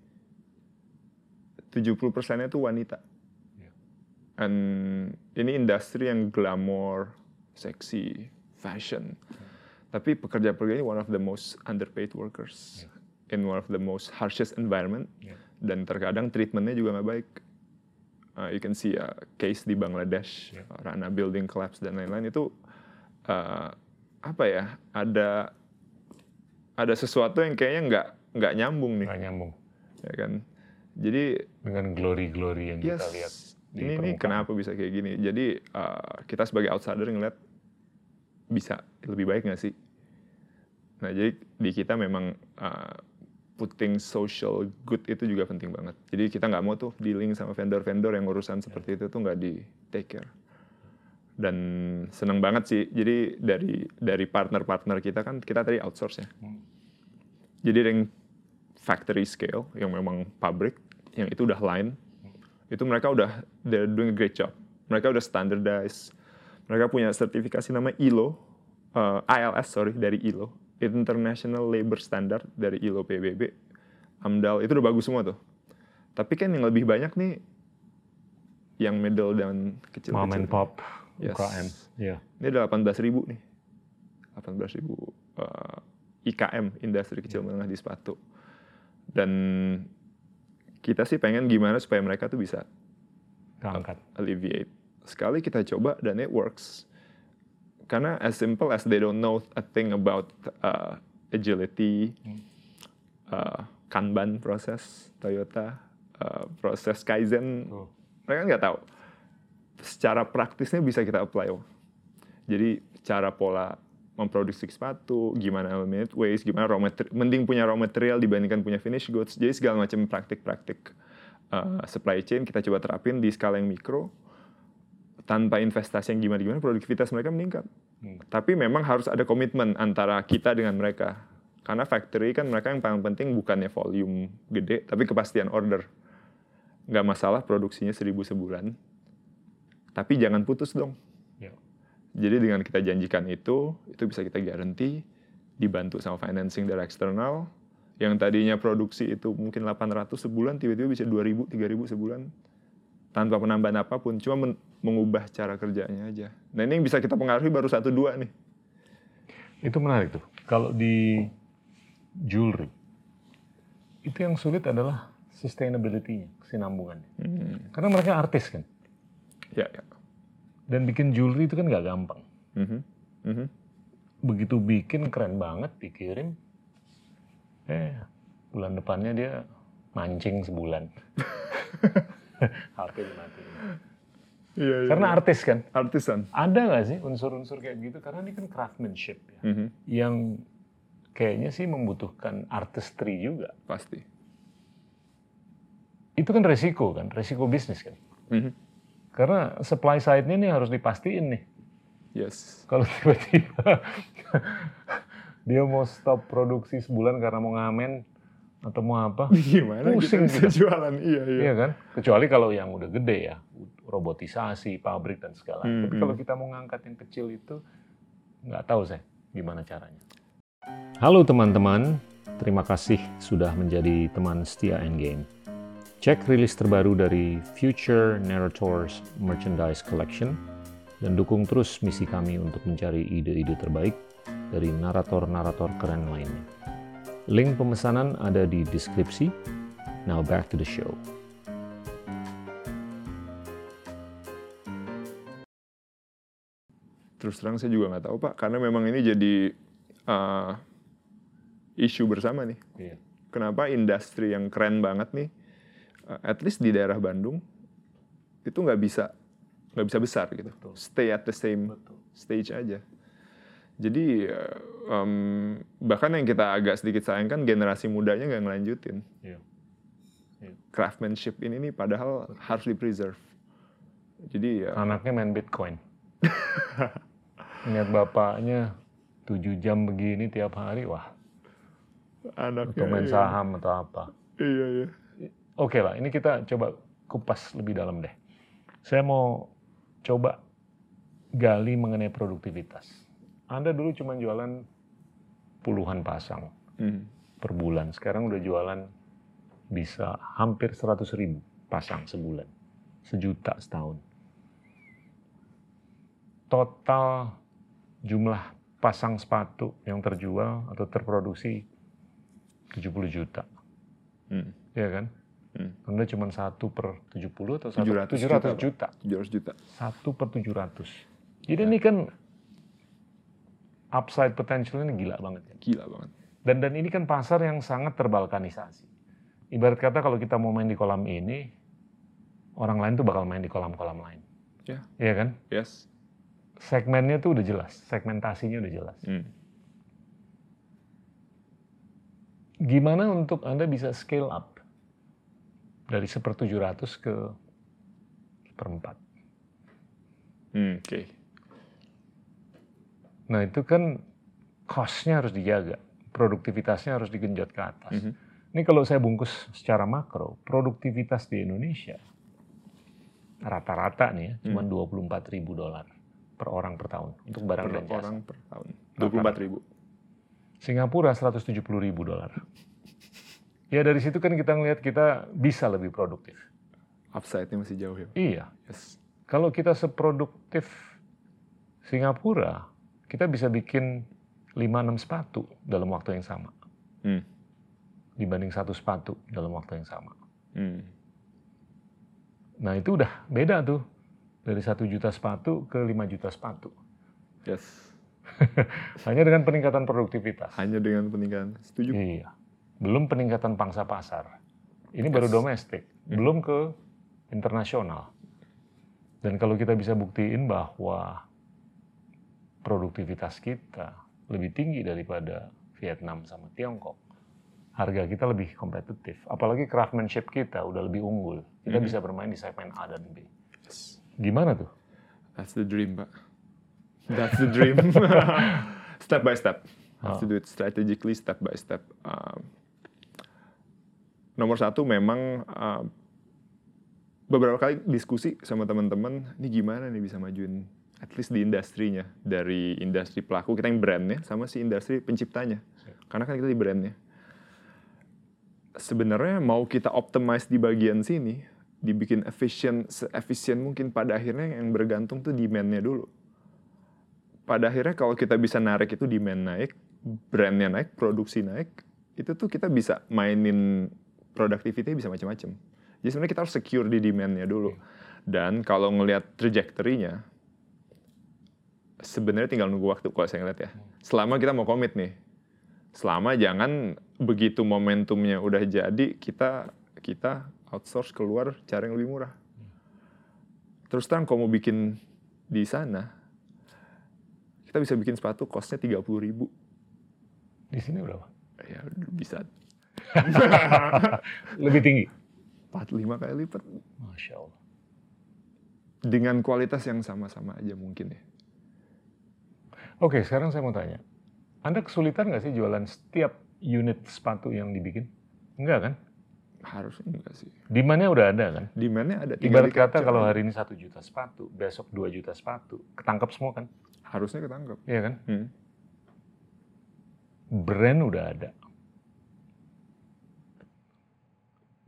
70%-nya itu wanita. And ini industri yang glamour, seksi, fashion. Tapi pekerja-pekerja ini one of the most underpaid workers. In one of the most harshest environment. Dan terkadang treatmentnya juga nggak baik. You can see a case di Bangladesh, Rana building collapse dan lain-lain itu apa ya? Ada sesuatu yang kayaknya nggak nyambung nih. Nggak nyambung. Ya kan? Jadi Dengan glory-glory yang kita lihat di ini permukaan. kenapa bisa kayak gini? Jadi kita sebagai outsider ngeliat bisa lebih baik nggak sih? Nah jadi di kita memang putting social good itu juga penting banget. Jadi kita nggak mau tuh dealing sama vendor-vendor yang urusan seperti itu tuh nggak di take care. Dan seneng banget sih. Jadi dari partner-partner kita kan kita tadi outsource ya. Jadi ada yang factory scale yang memang pabrik yang itu udah line. Itu mereka they're doing a great job. Mereka udah standardized. Mereka punya sertifikasi nama ILO, ILS dari ILO, International Labor Standard dari ILO PBB, AMDAL, itu udah bagus semua tuh. Tapi kan yang lebih banyak nih, yang middle dan kecil-kecil. Mom and pop, Yes. UKM. Yeah. Ini ada 18.000 nih. 18.000 IKM, industri kecil menengah di sepatu. Dan kita sih pengen gimana supaya mereka tuh bisa Angkat. alleviate. Sekali kita coba dan it works. Karena as simple as they don't know a thing about agility, Kanban proses Toyota, proses Kaizen, mereka nggak tahu. Secara praktisnya bisa kita apply. Jadi cara pola memproduksi sepatu, gimana eliminate waste, gimana mending punya raw material dibandingkan punya finished goods. Jadi segala macam praktik-praktik supply chain kita coba terapin di skala yang mikro. Tanpa investasi yang gimana-gimana, produktivitas mereka meningkat. Tapi memang harus ada komitmen antara kita dengan mereka. Karena factory kan mereka yang paling penting bukannya volume gede, tapi kepastian order. Nggak masalah produksinya 1.000 sebulan, tapi jangan putus dong. Jadi dengan kita janjikan itu bisa kita guarantee, dibantu sama financing dari eksternal, yang tadinya produksi itu mungkin 800 sebulan, tiba-tiba bisa 2.000, 3.000 sebulan, tanpa penambahan apapun, cuma mengubah cara kerjanya aja. Nah ini yang bisa kita pengaruhi baru 1-2 nih. Itu menarik tuh. Kalau di jewelry, itu yang sulit adalah sustainability-nya, kesinambungannya. Karena mereka artis kan. Ya. Dan bikin jewelry itu kan nggak gampang. Begitu bikin keren banget, dikirim, bulan depannya dia mancing sebulan. HP dimatiin. Iya. Karena artis kan. Artisan. Ada nggak sih unsur-unsur kayak gitu? Karena ini kan craftsmanship ya. Yang kayaknya sih membutuhkan artistry juga. Pasti. Itu kan resiko bisnis kan. Karena supply side-nya nih harus dipastiin nih. Yes. Kalau tiba-tiba dia mau stop produksi sebulan karena mau ngamen atau mau apa, Gimana pusing kita bisa jualan? Iya kan? Kecuali kalau yang udah gede ya, robotisasi, pabrik dan segala. Tapi kalau kita mau ngangkat yang kecil itu, nggak tahu saya gimana caranya. Halo teman-teman, terima kasih sudah menjadi teman setia Endgame. Cek rilis terbaru dari Future Narrators Merchandise Collection dan dukung terus misi kami untuk mencari ide-ide terbaik dari narator-narator keren lainnya. Link pemesanan ada di deskripsi. Now back to the show. Terus terang saya juga nggak tahu Pak, karena memang ini jadi isu bersama nih. Iya. Kenapa industri yang keren banget nih, at least di daerah Bandung itu nggak bisa besar gitu. Betul. Stay at the same stage aja. Jadi bahkan yang kita agak sedikit sayangkan generasi mudanya nggak ngelanjutin. Iya. Craftsmanship ini nih padahal harus di preserve. Jadi Anaknya main Bitcoin. Lihat bapaknya 7 jam begini tiap hari, wah. anaknya Atau main saham atau apa. Iya. Oke lah, ini kita coba kupas lebih dalam deh. Saya mau coba gali mengenai produktivitas. Anda dulu cuma jualan puluhan pasang per bulan. Sekarang udah jualan bisa hampir 100.000 pasang sebulan. 1 juta setahun. Total jumlah pasang sepatu yang terjual atau terproduksi 70 juta. Iya kan? Anda cuma 1 per 70 atau 700 juta. 700 juta. 1 per 700. Jadi ini kan upside potential ini gila banget. Ya? Gila banget. Dan ini kan pasar yang sangat terbalkanisasi. Ibarat kata kalau kita mau main di kolam ini, orang lain tuh bakal main di kolam-kolam lain. Ya. Iya kan? Yes. Segmennya tuh udah jelas, segmentasinya udah jelas. Gimana untuk Anda bisa scale up dari 1/700 ke 1/4? Oke. Nah itu kan cost-nya harus dijaga, produktivitasnya harus digenjot ke atas. Ini kalau saya bungkus secara makro, produktivitas di Indonesia rata-rata nih ya, cuma $24.000 per orang per tahun untuk barang dan jasa. Orang per tahun. 24.000. Singapura $170.000. Ya dari situ kan kita ngelihat kita bisa lebih produktif. Upside-nya masih jauh ya. Iya. Yes. Kalau kita seproduktif Singapura, kita bisa bikin 5-6 sepatu dalam waktu yang sama. Dibanding 1 sepatu dalam waktu yang sama. Nah itu udah beda tuh. Dari 1 juta sepatu ke 5 juta sepatu. Yes. Hanya dengan peningkatan produktivitas. Hanya dengan peningkatan. Setuju. Iya. Belum peningkatan pangsa pasar. Ini baru domestik. Belum ke internasional. Dan kalau kita bisa buktiin bahwa produktivitas kita lebih tinggi daripada Vietnam sama Tiongkok, harga kita lebih kompetitif. Apalagi craftsmanship kita udah lebih unggul. Kita bisa bermain di segmen A dan B. Yes. Gimana tuh? That's the dream, Pak. That's the dream. Step by step. Have to do it strategically, step by step. Nomor 1 memang beberapa kali diskusi sama teman-teman, ini gimana nih bisa majuin at least di industrinya, dari industri pelaku kita yang brandnya sama si industri penciptanya. Karena kan kita di brandnya. Sebenarnya mau kita optimize di bagian sini, dibikin se-efisien mungkin, pada akhirnya yang bergantung tuh demand-nya dulu. Pada akhirnya kalau kita bisa narik itu demand naik, brand-nya naik, produksi naik, itu tuh kita bisa mainin productivity bisa macam-macam. Jadi sebenarnya kita harus secure di demand-nya dulu. Dan kalau ngelihat trajectory-nya, sebenarnya tinggal nunggu waktu kalau saya ngeliat ya. Selama kita mau komit nih. Selama jangan begitu momentumnya udah jadi, kita outsource keluar cara yang lebih murah. Terus terang kalau mau bikin di sana, kita bisa bikin sepatu cost-nya 30.000. Di sini berapa? Ya bisa. Lebih tinggi? 4-5 kali lipat. Masya Allah. Dengan kualitas yang sama-sama aja mungkin ya. Oke, sekarang saya mau tanya. Anda kesulitan nggak sih jualan setiap unit sepatu yang dibikin? Enggak kan? Harusnya enggak sih. Demand-nya udah ada kan? Demand-nya ada. Ibarat kata kalau hari ini 1 juta sepatu, besok 2 juta sepatu, ketangkep semua kan? Harusnya ketangkep. Iya kan? Brand udah ada.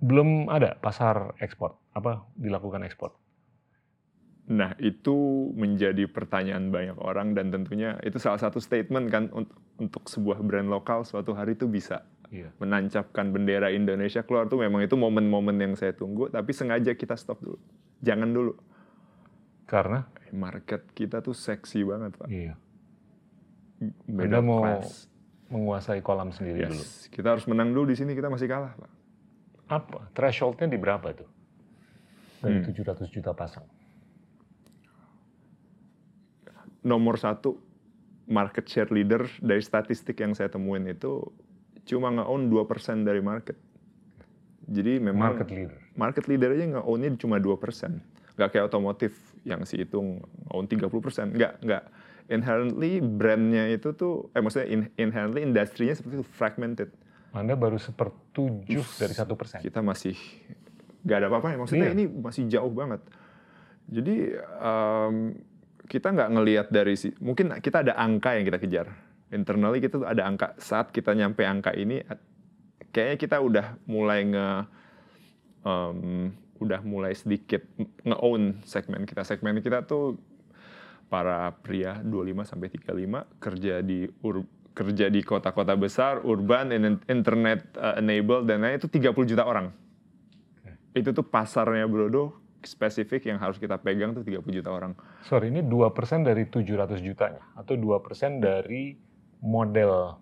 belum ada pasar ekspor. Apa dilakukan ekspor? Nah, itu menjadi pertanyaan banyak orang dan tentunya itu salah satu statement kan untuk sebuah brand lokal suatu hari itu bisa menancapkan bendera Indonesia keluar tuh memang itu momen-momen yang saya tunggu, tapi sengaja kita stop dulu. Jangan dulu. Karena? Market kita tuh seksi banget, Pak. Iya. Beda Anda mau kelas. menguasai kolam sendiri dulu. Kita harus menang dulu di sini, kita masih kalah, Pak. Apa? Threshold-nya di berapa tuh? Dari 700 juta pasang. Nomor 1 market share leader dari statistik yang saya temuin itu cuma nge-own 2% dari market. Jadi memang market leader aja nge-own-nya cuma 2%. Nggak kayak otomotif yang si itu nge-own 30%. Nggak. Inherently brand-nya itu tuh, maksudnya inherently industri-nya seperti itu, fragmented. Anda baru 1/7 dari 1%. Kita masih nggak ada apa-apa. Maksudnya ini masih jauh banget. Jadi kita nggak ngelihat dari mungkin kita ada angka yang kita kejar. Internally kita tuh ada angka. Saat kita nyampe angka ini, kayaknya kita udah mulai sedikit nge-own segmen kita. Segmen kita tuh para pria 25 sampai 35 kerja di kota-kota besar, urban, internet enabled dan lain itu 30 juta orang. Itu tuh pasarnya Brodo spesifik yang harus kita pegang tuh 30 juta orang. Sorry, ini 2% dari 700 jutanya atau 2% dari model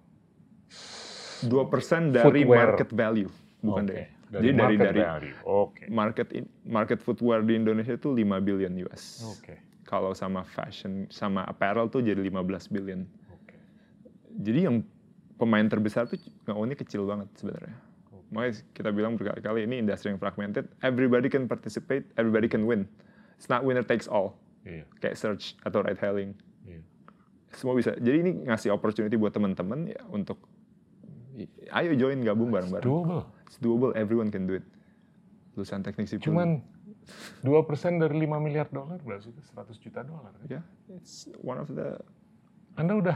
2% dari footwear. Market value, bukan Okay. Jadi dari value. Okay. Market footwear di Indonesia itu 5 billion US. Okay. Kalau sama fashion, sama apparel tuh jadi 15 billion. Okay. Jadi yang pemain terbesar tuh nge-own-nya kecil banget sebenarnya. Makanya kita bilang berkali-kali ini industri yang fragmented, everybody can participate, everybody can win. It's not winner takes all. Kayak search atau ride hailing. Semua bisa. Jadi ini ngasih opportunity buat teman-teman ya untuk ayo join gabung bareng-bareng. It's doable, everyone can do it. Lulusan teknik sipil. Cuman 2% dari $5 miliar berarti itu $100 juta. Ya, it's one of the. Anda udah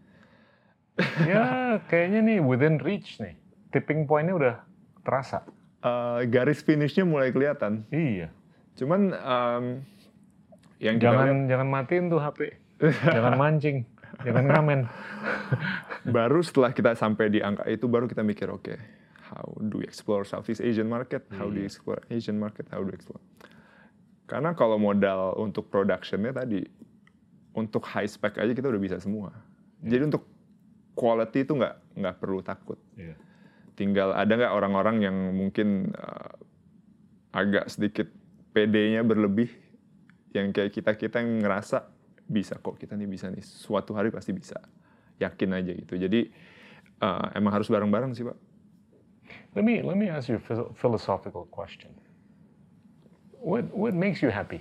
ya kayaknya nih within reach nih. Tipping point-nya udah terasa. Garis finish-nya mulai kelihatan. Iya. Cuman yang jangan matiin tuh HP. Jangan mancing. Jangan ngamen. Baru setelah kita sampai di angka itu baru kita mikir oke, how do we explore Southeast Asian market? How do we explore Asian market? How do we explore? Karena kalau modal untuk production-nya tadi untuk high spec aja kita udah bisa semua. Jadi untuk quality itu nggak perlu takut. Tinggal ada nggak orang-orang yang mungkin agak sedikit PD-nya berlebih, yang kayak kita yang ngerasa bisa kok, kita nih bisa nih, suatu hari pasti bisa, yakin aja gitu. Jadi emang harus bareng-bareng sih, Pak. Let me ask you a philosophical question. What makes you happy?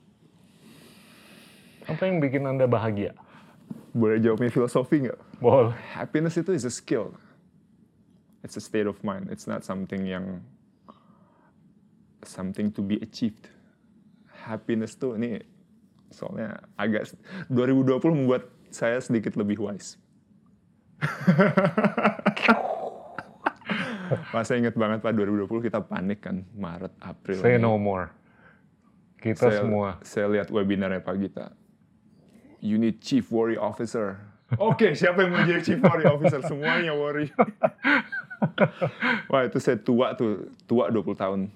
Apa yang bikin Anda bahagia? Boleh jawabnya filosofi nggak? Boleh. Happiness itu is a skill. It's a state of mind. It's not something to be achieved. Happiness tuh ini soalnya agak 2020 membuat saya sedikit lebih wise. Saya ingat banget Pak 2020 kita panik kan Maret April. Say no more. Kita semua. Saya lihat webinarnya Pak Gita. You need chief worry officer. Oke, siapa yang mau jadi chief worry officer? Semuanya worry. Wah itu saya tua 20 tahun.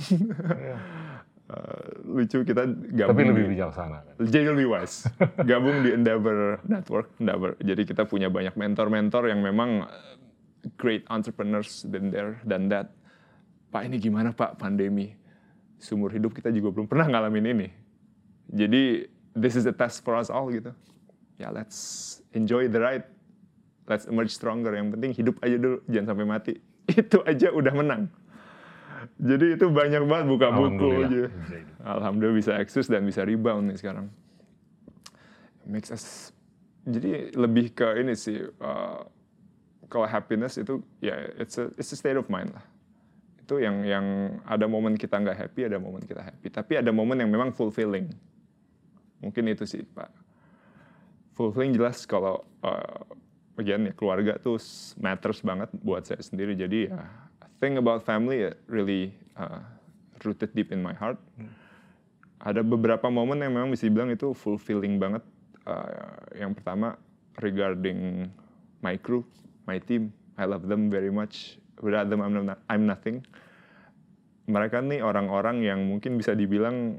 Lucu kita gabung. Tapi lebih bijaksana kan? Jadi lebih wise. Gabung di Endeavor Network. Jadi kita punya banyak mentor-mentor yang memang great entrepreneurs than that. Pak ini gimana Pak pandemi? Seumur hidup kita juga belum pernah ngalamin ini. Jadi this is a test for us all gitu. Ya let's enjoy the ride. Let's emerge stronger. Yang penting hidup aja dulu, jangan sampai mati. Itu aja udah menang. Jadi itu banyak banget buka buku aja. Alhamdulillah bisa eksis dan bisa rebound nih sekarang. Makes us. Jadi lebih ke ini sih. Kalau happiness itu ya it's a state of mind lah. Itu yang ada momen kita nggak happy, ada momen kita happy. Tapi ada momen yang memang fulfilling. Mungkin itu sih Pak. Fulfilling jelas kalau again ya keluarga tuh matters banget buat saya sendiri. Jadi ya thing about family really rooted deep in my heart. Ada beberapa momen yang memang bisa dibilang itu fulfilling banget. Yang pertama regarding my crew, my team. I love them very much. Without them I'm nothing. Mereka nih orang-orang yang mungkin bisa dibilang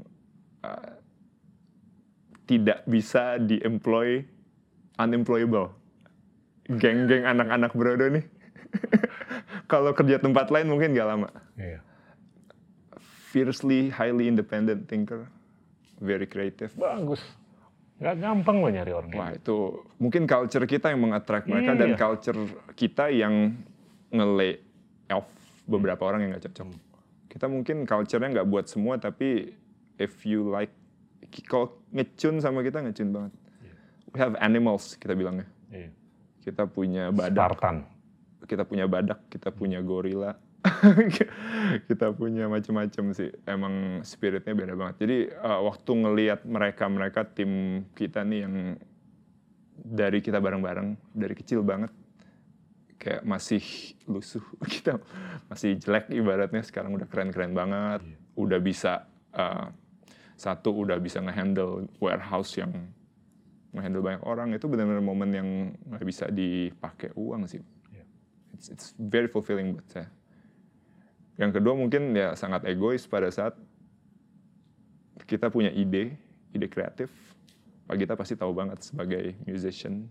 tidak bisa di-employ, unemployable. Geng-geng anak-anak Brodo nih. Kalau kerja tempat lain mungkin gak lama. Iya. Fiercely, highly independent thinker. Very creative. Bagus. Gak gampang loh nyari orang. Wah itu mungkin culture kita yang meng-attract mereka dan culture kita yang nge-lay off beberapa orang yang gak cocok. Kita mungkin culture-nya gak buat semua, tapi if you like, kalau ngecun sama kita ngecun banget. We have animals kita bilangnya. Kita punya badak. Spartan. Kita punya badak, kita punya gorila. Kita punya macam-macam sih. Emang spiritnya beda banget. Jadi waktu ngelihat mereka tim kita nih yang dari kita bareng-bareng dari kecil banget, kayak masih lusuh, kita masih jelek ibaratnya, sekarang udah keren-keren banget. Udah bisa satu udah bisa ngehandle warehouse yang ngehandle banyak orang. Itu benar-benar momen yang nggak bisa dipakai uang sih. It's very fulfilling buat saya. Yang kedua mungkin ya sangat egois pada saat kita punya ide kreatif. Pak Gita pasti tahu banget sebagai musician.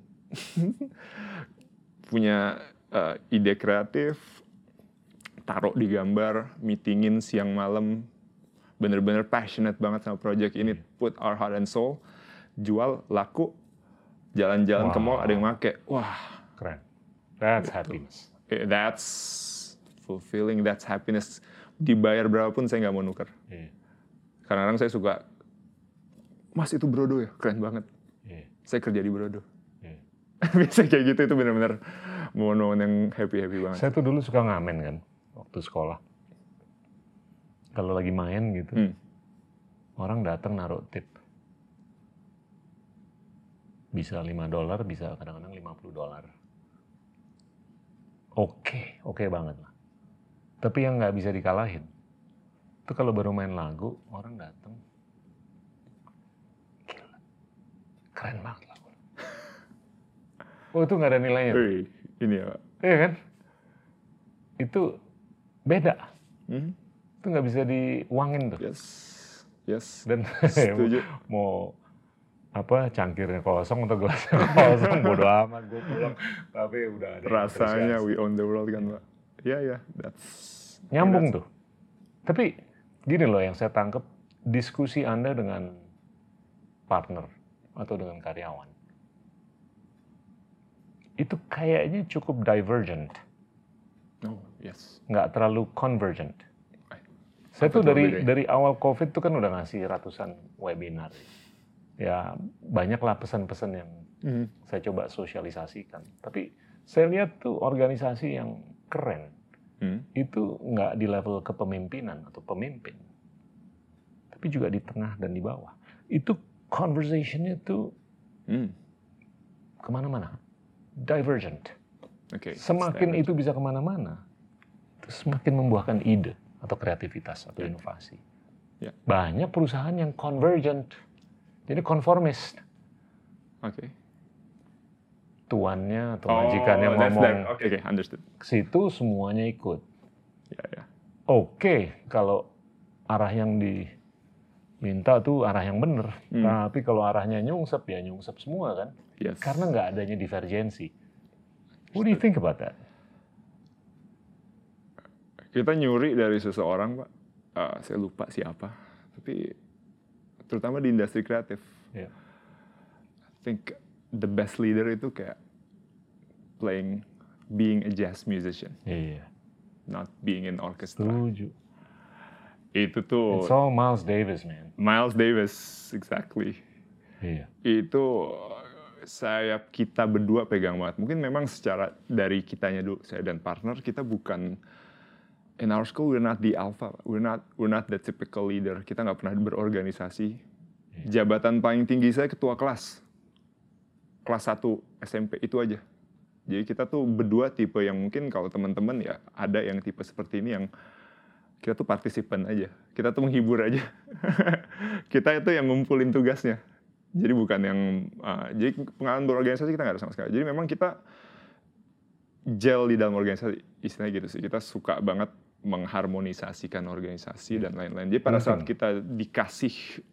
Punya ide kreatif, taruh di gambar, meetingin siang malam, bener-bener passionate banget sama project ini, put our heart and soul, jual, laku, jalan-jalan ke mall ada yang make. Wah, keren. That's happiness. That's fulfilling, that's happiness. Dibayar berapapun saya nggak mau nuker. Kadang-kadang saya suka, Mas itu Brodo ya, keren banget. Saya kerja di Brodo. Biasa kayak gitu, itu benar-benar momen yang happy banget. Saya tuh dulu suka ngamen kan, waktu sekolah. Kalau lagi main gitu, orang datang naruh tip. Bisa $5, bisa kadang-kadang $50. Oke banget lah. Tapi yang nggak bisa dikalahin, itu kalau baru main lagu, orang datang, gila, keren banget lagu. Oh itu nggak ada nilainya. Ini ya Pak. Iya kan? Itu beda. Itu nggak bisa diuangin tuh. Yes. Dan setuju. mau apa cangkirnya kosong atau gelasnya kosong, bodo amat, gue pulang. Tapi udah ada. Rasanya we own the world kan Pak. Iya, that's nyambung tuh. Tapi gini loh yang saya tangkap, diskusi Anda dengan partner atau dengan karyawan itu kayaknya cukup divergent. Oh, yes. Nggak terlalu convergent. Saya tuh dari awal COVID tuh kan udah ngasih ratusan webinar. Ya banyaklah pesan-pesan yang saya coba sosialisasikan. Tapi saya lihat tuh organisasi yang keren itu nggak di level kepemimpinan atau pemimpin, tapi juga di tengah dan di bawah. Itu conversation-nya tuh kemana-mana, divergent. Semakin itu bisa kemana-mana, semakin membuahkan ide atau kreativitas atau inovasi. Banyak perusahaan yang convergent, jadi konformis. Tuannya atau majikannya ngomong understood. Ke situ semuanya ikut. Ya. Kalau arah yang diminta tuh arah yang benar. Tapi kalau arahnya nyungsep, ya nyungsep semua kan. Yes. Karena nggak adanya divergensi. What do you think about that? Kita nyuri dari seseorang, Pak. Saya lupa siapa. Tapi terutama di industri kreatif. I think the best leader itu kayak being a jazz musician. Not being in orchestra. Setuju. Itu tuh. It's all Miles Davis, man. Miles Davis, exactly. Itu kita berdua pegang banget. Mungkin memang secara dari kitanya dulu, saya dan partner, kita bukan, in our school we're not the alpha, we're not the typical leader. Kita nggak pernah berorganisasi. Jabatan paling tinggi saya ketua kelas 1 SMP, itu aja. Jadi kita tuh berdua tipe yang mungkin kalau teman-teman ya ada yang tipe seperti ini yang kita tuh partisipan aja. Kita tuh menghibur aja. Kita itu yang ngumpulin tugasnya. Jadi bukan yang jadi pengalaman berorganisasi kita nggak ada sama sekali. Jadi memang kita gel di dalam organisasi, istilahnya gitu sih. Kita suka banget mengharmonisasikan organisasi dan lain-lain. Jadi pada saat kita dikasih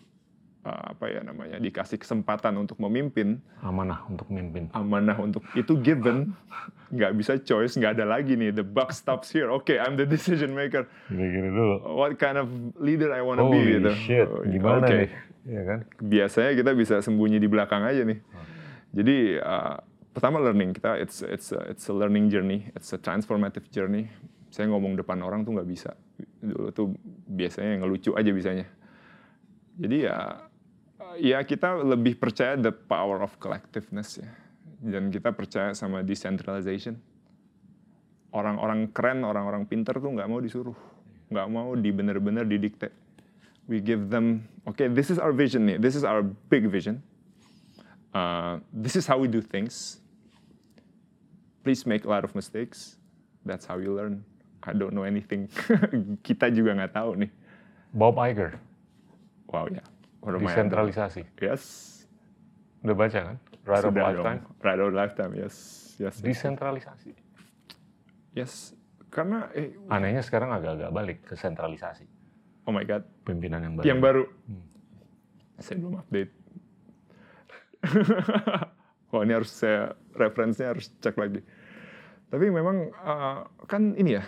dikasih kesempatan untuk memimpin, amanah untuk itu given, nggak bisa choice, nggak ada lagi nih the buck stops here. Okay, I'm the decision maker. Gini dulu. What kind of leader I wanna be gitu. Holy shit, gimana nih? Ya kan? Biasanya kita bisa sembunyi di belakang aja nih. Jadi pertama learning kita, it's a learning journey, it's a transformative journey. Saya ngomong depan orang tuh nggak bisa. Dulu tuh biasanya ngelucu aja bisanya. Jadi ya kita lebih percaya the power of collectiveness ya. Dan kita percaya sama decentralization. Orang-orang keren, orang-orang pinter tuh nggak mau disuruh. Nggak mau bener-bener didikte. We give them, okay, this is our vision nih. This is our big vision. This is how we do things. Please make a lot of mistakes. That's how you learn. I don't know anything. Kita juga nggak tahu nih. Bob Iger. Wow ya. Desentralisasi. Yes. Udah baca kan? Ride of Lifetime. Ride of Lifetime, yes. Desentralisasi. Yes. Karena anehnya sekarang agak-agak balik ke sentralisasi. Oh my god. Pimpinan yang baru. Yang baru. Saya belum update. Wah, ini harus saya referensinya harus cek lagi. Tapi memang kan ini ya.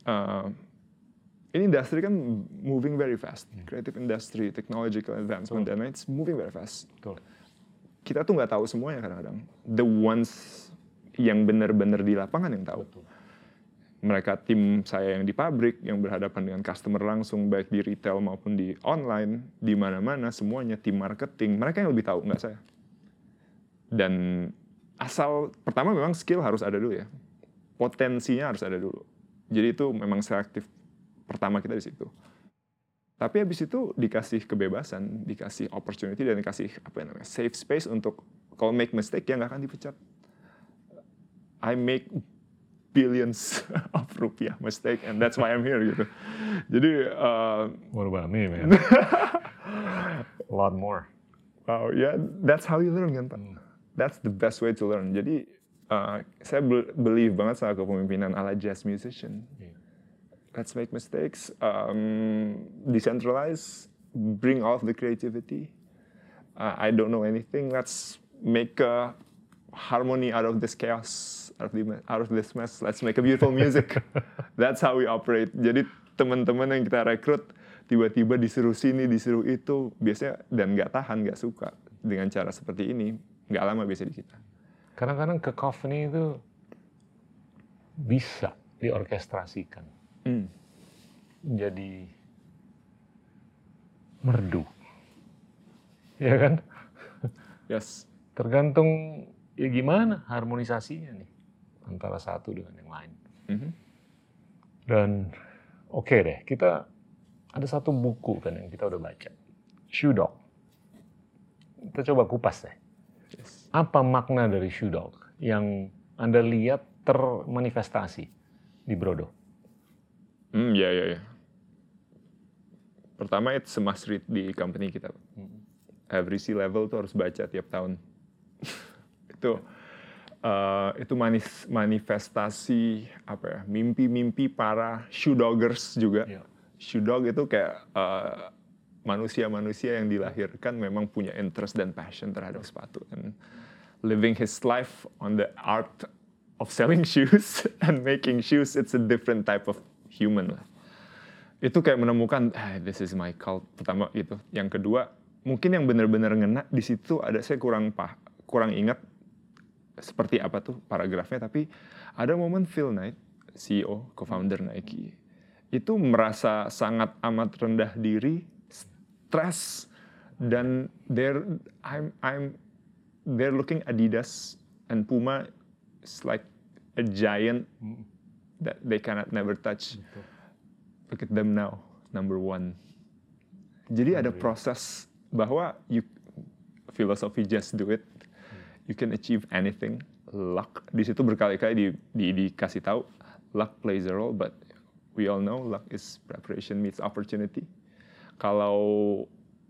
Ini industri kan moving very fast. Creative industry, technological advancement, dan it's moving very fast. Betul. Kita tuh nggak tahu semuanya kadang-kadang. The ones yang benar-benar di lapangan yang tahu. Betul. Mereka tim saya yang di pabrik, yang berhadapan dengan customer langsung, baik di retail maupun di online, di mana-mana, semuanya, tim marketing, mereka yang lebih tahu, nggak saya. Dan pertama memang skill harus ada dulu ya. Potensinya harus ada dulu. Jadi itu memang selektif. Pertama kita di situ. Tapi habis itu dikasih kebebasan, dikasih opportunity, dan dikasih safe space untuk kalau make mistake ya nggak akan dipecat. I make billions of rupiah mistake, and that's why I'm here gitu. Jadi what about me, man? A lot more. Wow, yeah, that's how you learn kan Pak. That's the best way to learn. Jadi saya believe banget sama kepemimpinan ala jazz musician. Let's make mistakes, decentralize, bring all of the creativity. I don't know anything. Let's make a harmony out of this chaos, out of this mess. Let's make a beautiful music. That's how we operate. Jadi teman-teman yang kita rekrut tiba-tiba disuruh sini, disuruh itu, biasanya dan nggak tahan, nggak suka dengan cara seperti ini. Nggak lama biasa di kita. Kadang-kadang cacophony itu bisa diorkestrasikan. Jadi merdu, ya kan? Yes. Tergantung ya gimana harmonisasinya nih antara satu dengan yang lain. Dan oke deh, kita ada satu buku kan yang kita udah baca, Shoe Dog. Kita coba kupas deh. Yes. Apa makna dari Shoe Dog yang Anda lihat termanifestasi di Brodo? Ya. Pertama, it's a must read di company kita. Every C-level tuh harus baca tiap tahun. Itu manifestasi mimpi-mimpi para shoe doggers juga. Yeah. Shoe dog itu kayak manusia-manusia yang dilahirkan memang punya interest dan passion terhadap sepatu, and living his life on the art of selling shoes and making shoes. It's a different type of human lah. Itu kayak menemukan, this is my cult. Pertama itu. Yang kedua, mungkin yang benar-benar ngena di situ ada, saya kurang ingat seperti apa tuh paragrafnya, tapi ada momen Phil Knight, CEO, co-founder Nike, itu merasa sangat amat rendah diri, stres, dan they're looking Adidas and Puma is like a giant that they cannot never touch. Look at them now, number one. Jadi ada proses bahwa philosophy just do it. You can achieve anything. luck. Di situ berkali-kali dikasih tahu luck plays a role, but we all know luck is preparation meets opportunity. Kalau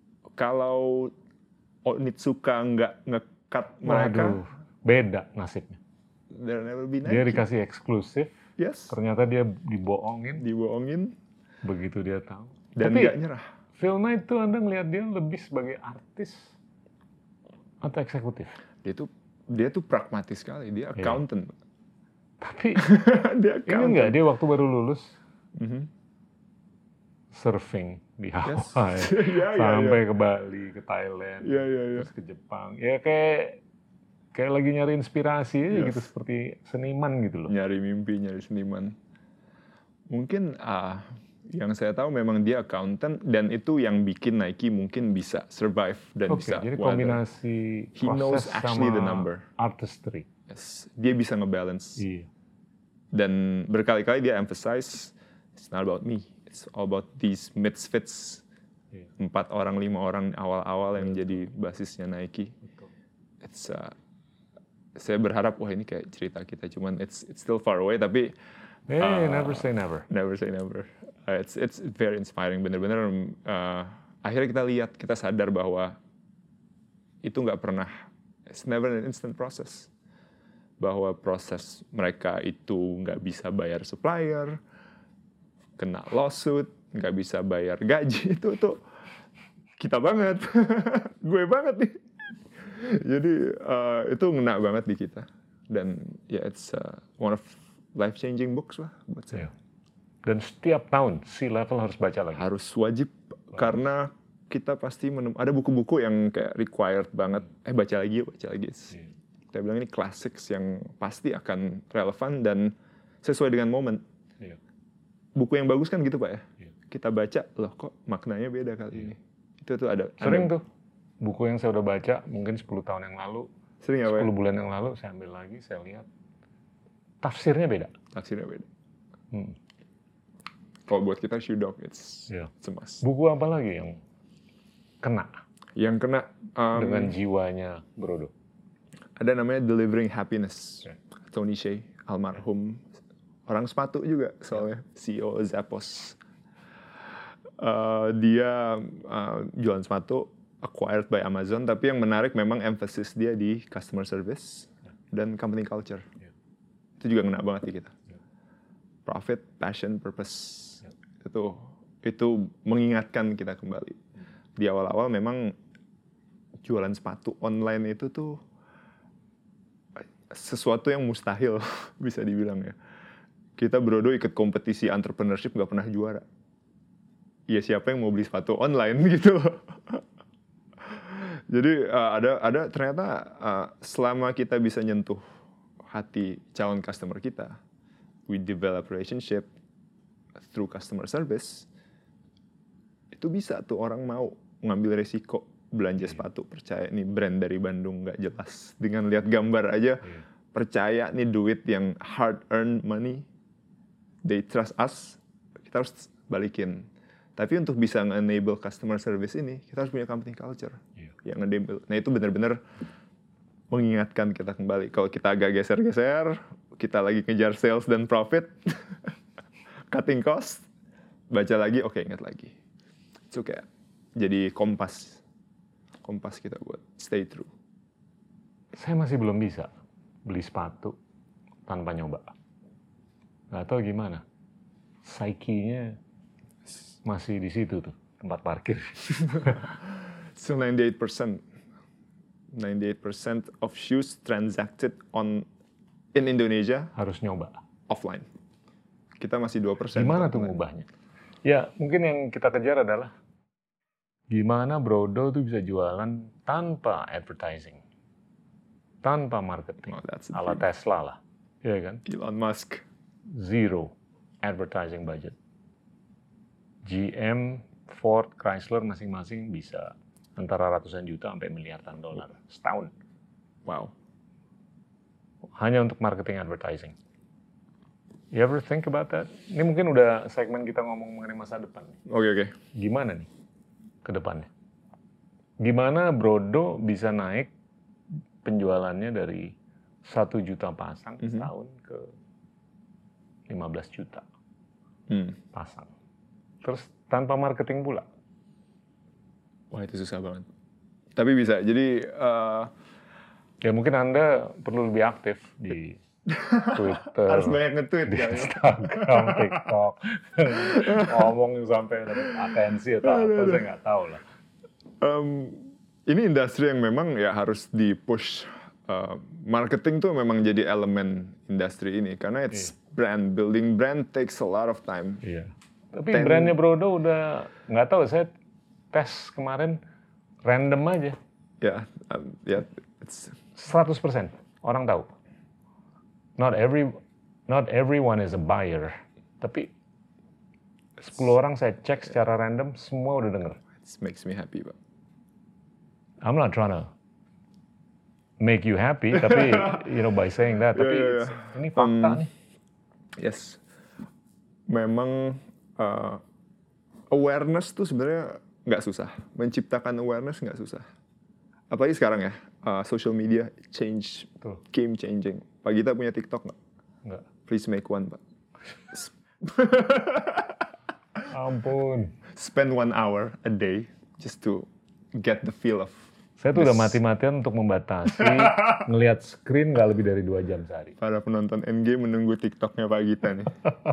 Onitsuka nggak nge-cut mereka, beda nasibnya. there never be Nike. Dia dikasih eksklusif, Yes. ternyata dia dibohongin. Begitu dia tahu. Dan tapi nggak nyerah. filmnya itu Anda ngelihat dia lebih sebagai artis atau eksekutif? Dia tuh pragmatis sekali, dia accountant. Tapi Dia ini enggak, dia waktu baru lulus surfing di Hawaii, sampai ke Bali, ke Thailand, terus ke Jepang. Ya kayak lagi nyari inspirasi aja gitu, seperti seniman gitu loh. Nyari mimpi, nyari seniman. Mungkin yang saya tahu memang dia accountant, dan itu yang bikin Nike mungkin bisa survive dan bisa. Jadi kombinasi he knows actually sama the number. Artistry. Yes. Dia bisa ngebalance. Iya. Dan berkali-kali dia emphasize, it's not about me, it's all about these misfits. 4 orang, 5 orang awal-awal yang jadi basisnya Nike. It's saya berharap wah ini kayak cerita kita, cuman it's still far away, tapi never say never. Never say never. It's very inspiring, bener-bener. Akhirnya kita sadar bahwa itu nggak pernah, it's never an instant process. Bahwa proses mereka itu nggak bisa bayar supplier, kena lawsuit, nggak bisa bayar gaji, itu tuh kita banget, gue banget nih. Jadi itu ngena banget di kita, dan ya it's one of life-changing books lah buat saya. Dan setiap tahun C-level harus baca lagi. Harus wajib, karena kita pasti ada buku-buku yang kayak required banget. Baca lagi. Kita bilang ini classics yang pasti akan relevan dan sesuai dengan momen. Buku yang bagus kan gitu Pak ya. Kita baca, loh kok maknanya beda kali ini. Itu tuh ada. Sering tuh buku yang saya udah baca mungkin 10 tahun yang lalu, 10 bulan yang lalu saya ambil lagi, saya lihat tafsirnya beda. Kalau buat kita Shoe Dog, it's a must. Buku apa lagi yang kena? Yang kena dengan jiwanya Brodo. Ada namanya Delivering Happiness. Tony Hsieh, almarhum, orang sepatu juga soalnya, CEO Zappos. Dia jualan sepatu, acquired by Amazon, tapi yang menarik memang emphasis dia di customer service dan company culture. Itu juga ngena banget di kita. Profit, passion, purpose. Itu mengingatkan kita kembali. Di awal-awal memang jualan sepatu online itu tuh sesuatu yang mustahil bisa dibilang ya. Kita Brodo ikut kompetisi entrepreneurship nggak pernah juara. Ya siapa yang mau beli sepatu online gitu. Jadi ada ternyata selama kita bisa nyentuh hati calon customer kita, we develop relationship through customer service, itu bisa tuh orang mau ngambil resiko belanja sepatu, percaya nih brand dari Bandung nggak jelas, dengan lihat gambar aja percaya nih duit yang hard earned money, they trust us, kita harus balikin. Tapi untuk bisa nge-enable customer service ini, kita harus punya company culture yang nge-enable. Nah itu benar-benar mengingatkan kita kembali. Kalau kita agak geser-geser, kita lagi ngejar sales dan profit, cutting cost, baca lagi, oke, ingat lagi. Itu kayak jadi kompas kita buat stay true. Saya masih belum bisa beli sepatu tanpa nyoba. Nggak tahu gimana. Psyche-nya masih di situ tuh, tempat parkir. So 98% of shoes transacted in Indonesia harus nyoba offline. Kita masih 2%. Gimana tuh ngubahnya? Ya, mungkin yang kita kejar adalah gimana Brodo tuh bisa jualan tanpa advertising, tanpa marketing, ala Tesla lah, ya kan? Elon Musk. Zero advertising budget. GM, Ford, Chrysler masing-masing bisa antara ratusan juta sampai miliaran dolar setahun. Wow. Hanya untuk marketing advertising. You ever think about that? Ini mungkin udah segmen kita ngomong mengenai masa depan. Oke. Gimana nih ke depannya? Gimana Brodo bisa naik penjualannya dari 1 juta pasang setahun ke 15 juta pasang. Terus tanpa marketing pula. Wah, itu susah banget. Tapi bisa. Jadi ya mungkin Anda perlu lebih aktif di Twitter, harus banyak nge-tweet di kan. Instagram, TikTok, ngomong sampai dapat atensi atau apa, saya nggak tahu lah. Ini industri yang memang ya harus di-push. Marketing tuh memang jadi elemen industri ini karena it's brand. Building brand takes a lot of time. Iya. Tapi brandnya Brodo udah nggak tahu, saya tes kemarin random aja. Ya, it's 100% orang tahu. Not everyone is a buyer. Tapi 10 orang saya cek secara random, semua udah denger. it makes me happy, Pak. I'm not trying to make you happy, tapi by saying that, tapi ini fakta nih. Yes. Memang awareness tuh sebenarnya nggak susah. Menciptakan awareness nggak susah. Apalagi sekarang ya, social media change, game changing. Pak Gita punya TikTok nggak? Nggak. Please make one, Pak. Ampun. Spend 1 hour a day just to get the feel of. Saya tuh udah mati-matian untuk membatasi ngelihat screen nggak lebih dari 2 jam sehari. Para penonton Endgame menunggu TikToknya Pak Gita nih.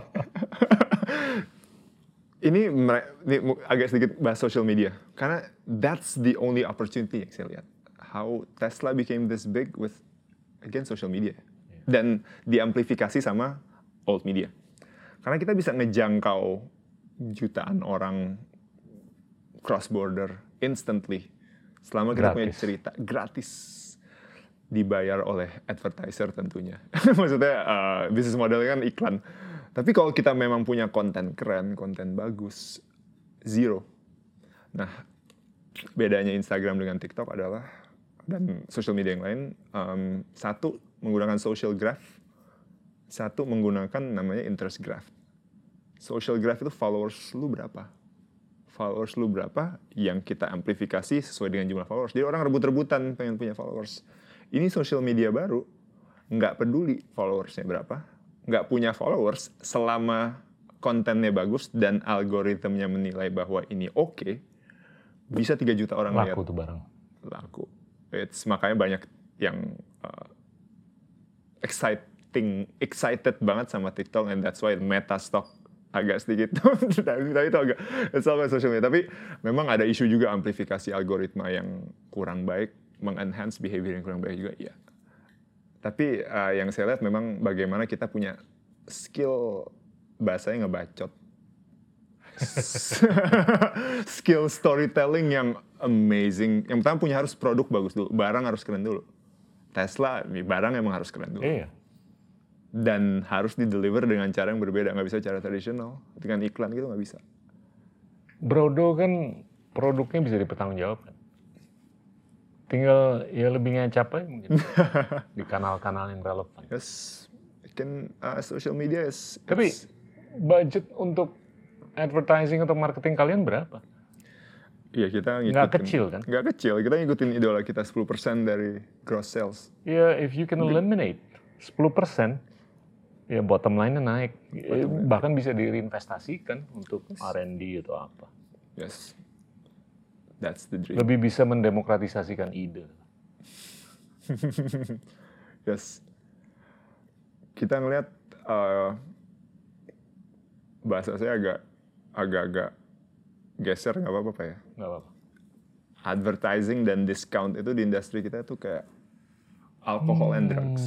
Ini agak sedikit bahas social media. Karena that's the only opportunity yang saya lihat. How Tesla became this big with, again, social media. Dan diamplifikasi sama old media. Karena kita bisa ngejangkau jutaan orang cross border instantly. Selama kita punya cerita gratis. Dibayar oleh advertiser tentunya. Maksudnya bisnis modelnya kan iklan. Tapi kalau kita memang punya konten keren, konten bagus, zero. Nah, bedanya Instagram dengan TikTok adalah, dan social media yang lain, satu menggunakan social graph, satu menggunakan namanya interest graph. Social graph itu followers lu berapa. Followers lu berapa yang kita amplifikasi sesuai dengan jumlah followers. Jadi orang rebut-rebutan pengen punya followers. Ini social media baru, nggak peduli followersnya berapa, nggak punya followers selama kontennya bagus dan algoritmnya menilai bahwa ini oke, bisa 3 juta orang lihat. Laku tuh barang. Laku. Makanya banyak yang excited banget sama TikTok, and that's why Meta stock agak sedikit. Tapi itu agak, it's all about social media. Tapi memang ada isu juga amplifikasi algoritma yang kurang baik, mengenhance behavior yang kurang baik juga, iya. Tapi yang saya lihat memang bagaimana kita punya skill, bahasanya ngebacot. Skill storytelling yang amazing. Yang pertama punya harus produk bagus dulu, barang harus keren dulu. Tesla, barang emang harus keren dulu. Iya. Dan harus di-deliver dengan cara yang berbeda. Nggak bisa cara tradisional. Dengan iklan gitu nggak bisa. Brodo kan produknya bisa dipertanggungjawabkan. Tinggal ya lebih ngecap aja mungkin. Di kanal-kanal yang relevan. Yes. Social media is... Tapi budget untuk advertising atau marketing kalian berapa? Iya, kita ngikutin. Nggak kecil kan? Nggak kecil. Kita ngikutin idola kita 10% dari gross sales. Ya, if you can eliminate 10%, ya bottom line-nya naik. Bahkan bisa direinvestasikan untuk R&D atau apa. Yes. That's the dream. Lebih bisa mendemokratisasikan ide. Yes. Kita ngelihat bahasa saya agak geser, nggak apa-apa Pak ya? Nggak apa-apa. Advertising dan discount itu di industri kita tuh kayak alcohol and drugs.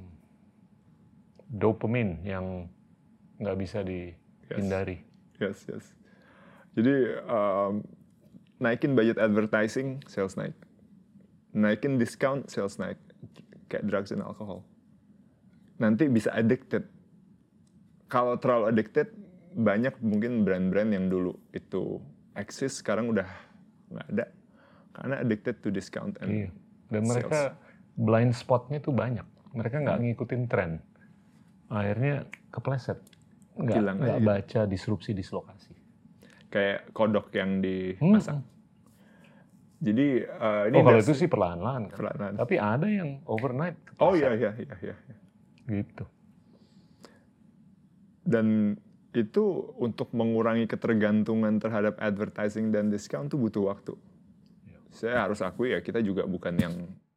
Dopamine yang nggak bisa dihindari. Yes. Jadi naikin budget advertising, sales naik. Naikin discount, sales naik. Kayak drugs and alcohol. Nanti bisa addicted. Kalau terlalu addicted, banyak mungkin brand-brand yang dulu itu eksis, sekarang udah nggak ada. Karena addicted to discount and Dan mereka blind spot-nya tuh banyak. Mereka nggak ngikutin tren. Akhirnya kepleset. Nggak baca disrupsi dislokasi. Kayak kodok yang dimasak. Jadi ini kalau itu sih perlahan-lahan kan. perlahan. Tapi ada yang overnight. Oh iya. Gitu. Dan itu untuk mengurangi ketergantungan terhadap advertising dan discount tuh butuh waktu. Saya harus akui ya, kita juga bukan yang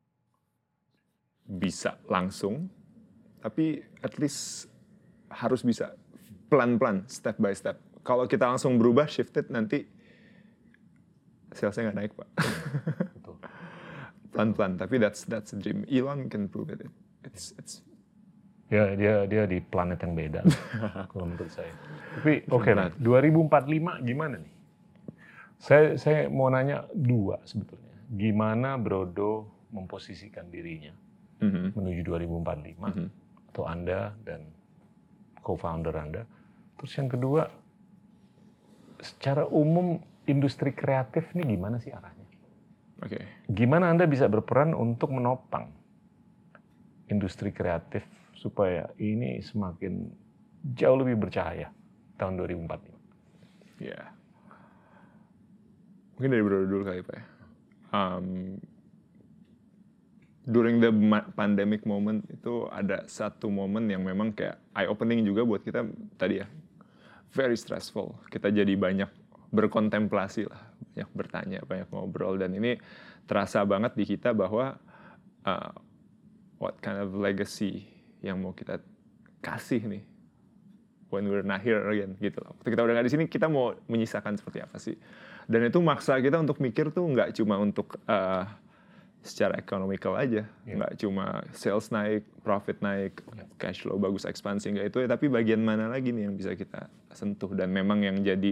bisa langsung, tapi at least harus bisa pelan-pelan, step by step. Kalau kita langsung berubah, shifted, nanti salesnya nggak naik, Pak. Pelan-pelan, tapi that's a dream. Elon can prove it. It's Ya, dia di planet yang beda kalau menurut saya. Tapi oke lah, 2045 gimana nih? Saya mau nanya dua sebetulnya. Gimana Brodo memposisikan dirinya menuju 2045 atau Anda dan co-founder Anda. Terus yang kedua, secara umum industri kreatif ini gimana sih arahnya? Oke. Gimana Anda bisa berperan untuk menopang industri kreatif supaya ini semakin jauh lebih bercahaya tahun 2045? Ya. Mungkin dari Brodo dulu kali, Pak ya. During the pandemic moment itu ada satu momen yang memang kayak eye-opening juga buat kita tadi ya. Very stressful. Kita jadi banyak berkontemplasi lah, banyak bertanya, banyak ngobrol, dan ini terasa banget di kita bahwa what kind of legacy yang mau kita kasih nih when we're not here again gitu loh. Waktu kita udah nggak di sini, kita mau menyisakan seperti apa sih? Dan itu maksa kita untuk mikir tuh nggak cuma untuk secara economical aja, nggak cuma sales naik, profit naik, cash flow bagus, ekspansi nggak itu, tapi bagian mana lagi nih yang bisa kita sentuh. Dan memang yang jadi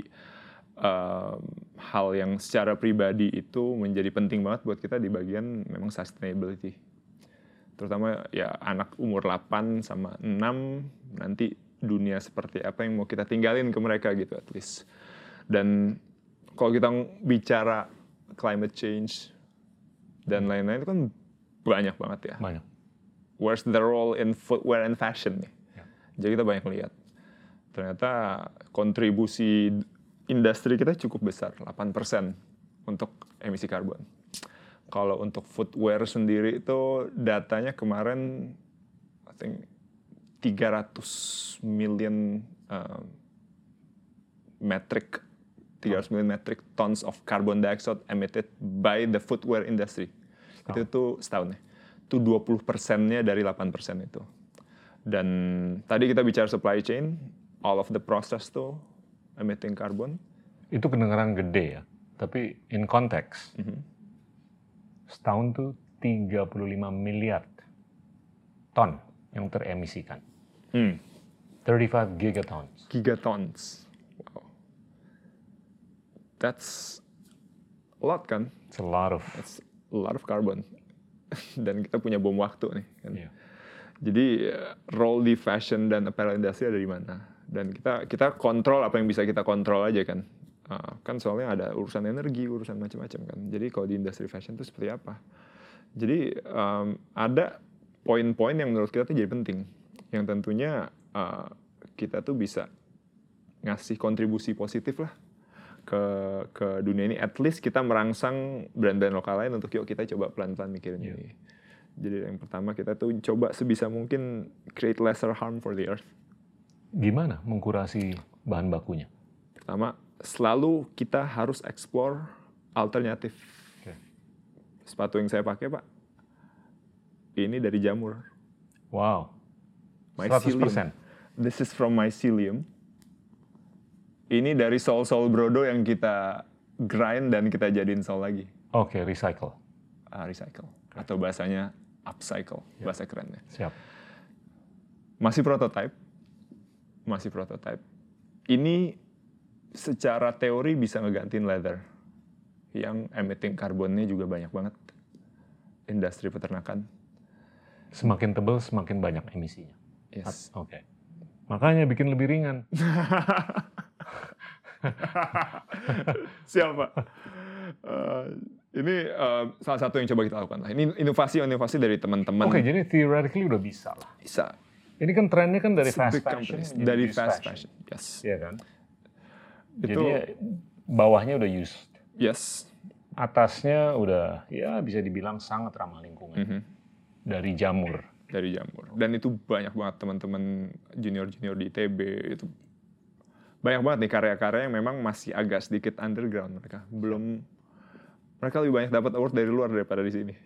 hal yang secara pribadi itu menjadi penting banget buat kita di bagian memang sustainability. Terutama ya anak umur 8 sama 6, nanti dunia seperti apa yang mau kita tinggalin ke mereka gitu at least. Dan kalau kita bicara climate change dan lain-lain itu kan banyak banget ya. Banyak. Where's the role in footwear and fashion nih? Jadi kita banyak lihat. Ternyata kontribusi industri kita cukup besar, 8% untuk emisi karbon. Kalau untuk footwear sendiri itu datanya kemarin I think 300 million metric tons of carbon dioxide emitted by the footwear industry. Itu tuh setahun ya. Itu 20%-nya dari 8% itu. Dan tadi kita bicara supply chain, all of the process tuh emitting carbon. Itu kedengaran gede ya, tapi in context, setahun tuh 35 miliar ton yang teremisikan. 35 gigatons. Gigatons. Wow. That's a lot kan? It's a lot of carbon. Dan kita punya bom waktu nih kan. Yeah. Jadi role di fashion dan apparel industry ada di mana? Dan kita kontrol apa yang bisa kita kontrol aja kan. Kan soalnya ada urusan energi, urusan macam-macam kan. Jadi kalau di industri fashion itu seperti apa? Jadi ada poin-poin yang menurut kita tuh jadi penting. Yang tentunya kita tuh bisa ngasih kontribusi positif lah ke dunia ini. At least kita merangsang brand-brand lokal lain untuk yuk kita coba pelan-pelan mikirin ini. Jadi yang pertama kita tuh coba sebisa mungkin create lesser harm for the earth. Gimana mengkurasi bahan bakunya? Pertama, selalu kita harus explore alternatif. Sepatu yang saya pakai, Pak, ini dari jamur. Wow. Mycelium. 100%. This is from mycelium. Ini dari sol-sol Brodo yang kita grind dan kita jadiin sol lagi. Oke, recycle. Recycle. Atau bahasanya upcycle, bahasa kerennya. Siap. Masih prototype. Ini secara teori bisa ngegantiin leather yang emitting karbonnya juga banyak banget. Industri peternakan. Semakin tebal, semakin banyak emisinya. Yes. Oke. Makanya bikin lebih ringan. Siapa? Ini salah satu yang coba kita lakukan lah. Ini inovasi dari teman-teman. Oke, jadi theoretically udah bisa lah. Bisa. Ini kan trennya kan dari fast fashion. Dari fast fashion. Yes. Iya kan? Itu, jadi bawahnya udah used. Yes. atasnya udah ya bisa dibilang sangat ramah lingkungan. Dari jamur. Dan itu banyak banget teman-teman junior-junior di ITB itu. Banyak banget nih karya-karya yang memang masih agak sedikit underground mereka. Mereka lebih banyak dapat award dari luar daripada di sini.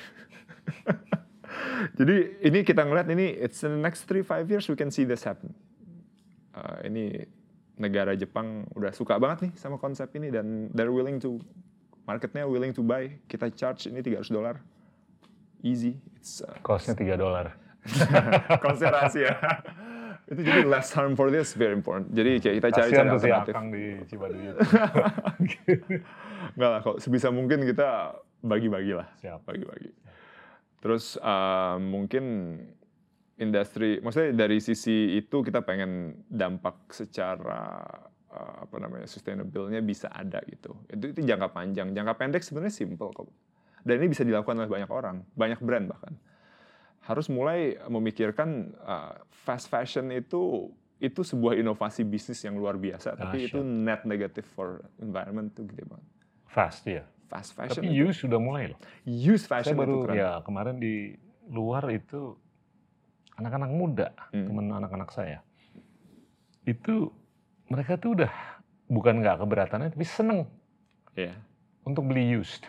Jadi ini kita ngeliat ini, it's in the next 3-5 years we can see this happen. Ini negara Jepang udah suka banget nih sama konsep ini dan marketnya willing to buy. Kita charge ini $300. Easy. Cost-nya $3. Konsep rahasia. Itu jadi less harm for this very important. Jadi kayak kita cari alternatif. Akang di Cibaduyut. Enggak lah, kalau sebisa mungkin kita bagi-bagi lah. Siap. Bagi-bagi. Terus mungkin industri, maksudnya dari sisi itu kita pengen dampak secara sustainable-nya bisa ada gitu. Itu jangka panjang. Jangka pendek sebenarnya simple kok. Dan ini bisa dilakukan oleh banyak orang, banyak brand bahkan. Harus mulai memikirkan fast fashion itu sebuah inovasi bisnis yang luar biasa, tapi itu net negative for environment tuh gede banget. Fast ya. Fast fashion. Tapi use sudah mulai loh. Use fashion saya baru itu keren. Ya kemarin di luar itu anak-anak muda, teman anak-anak saya. Itu mereka tuh udah bukan nggak keberatannya tapi seneng untuk beli used.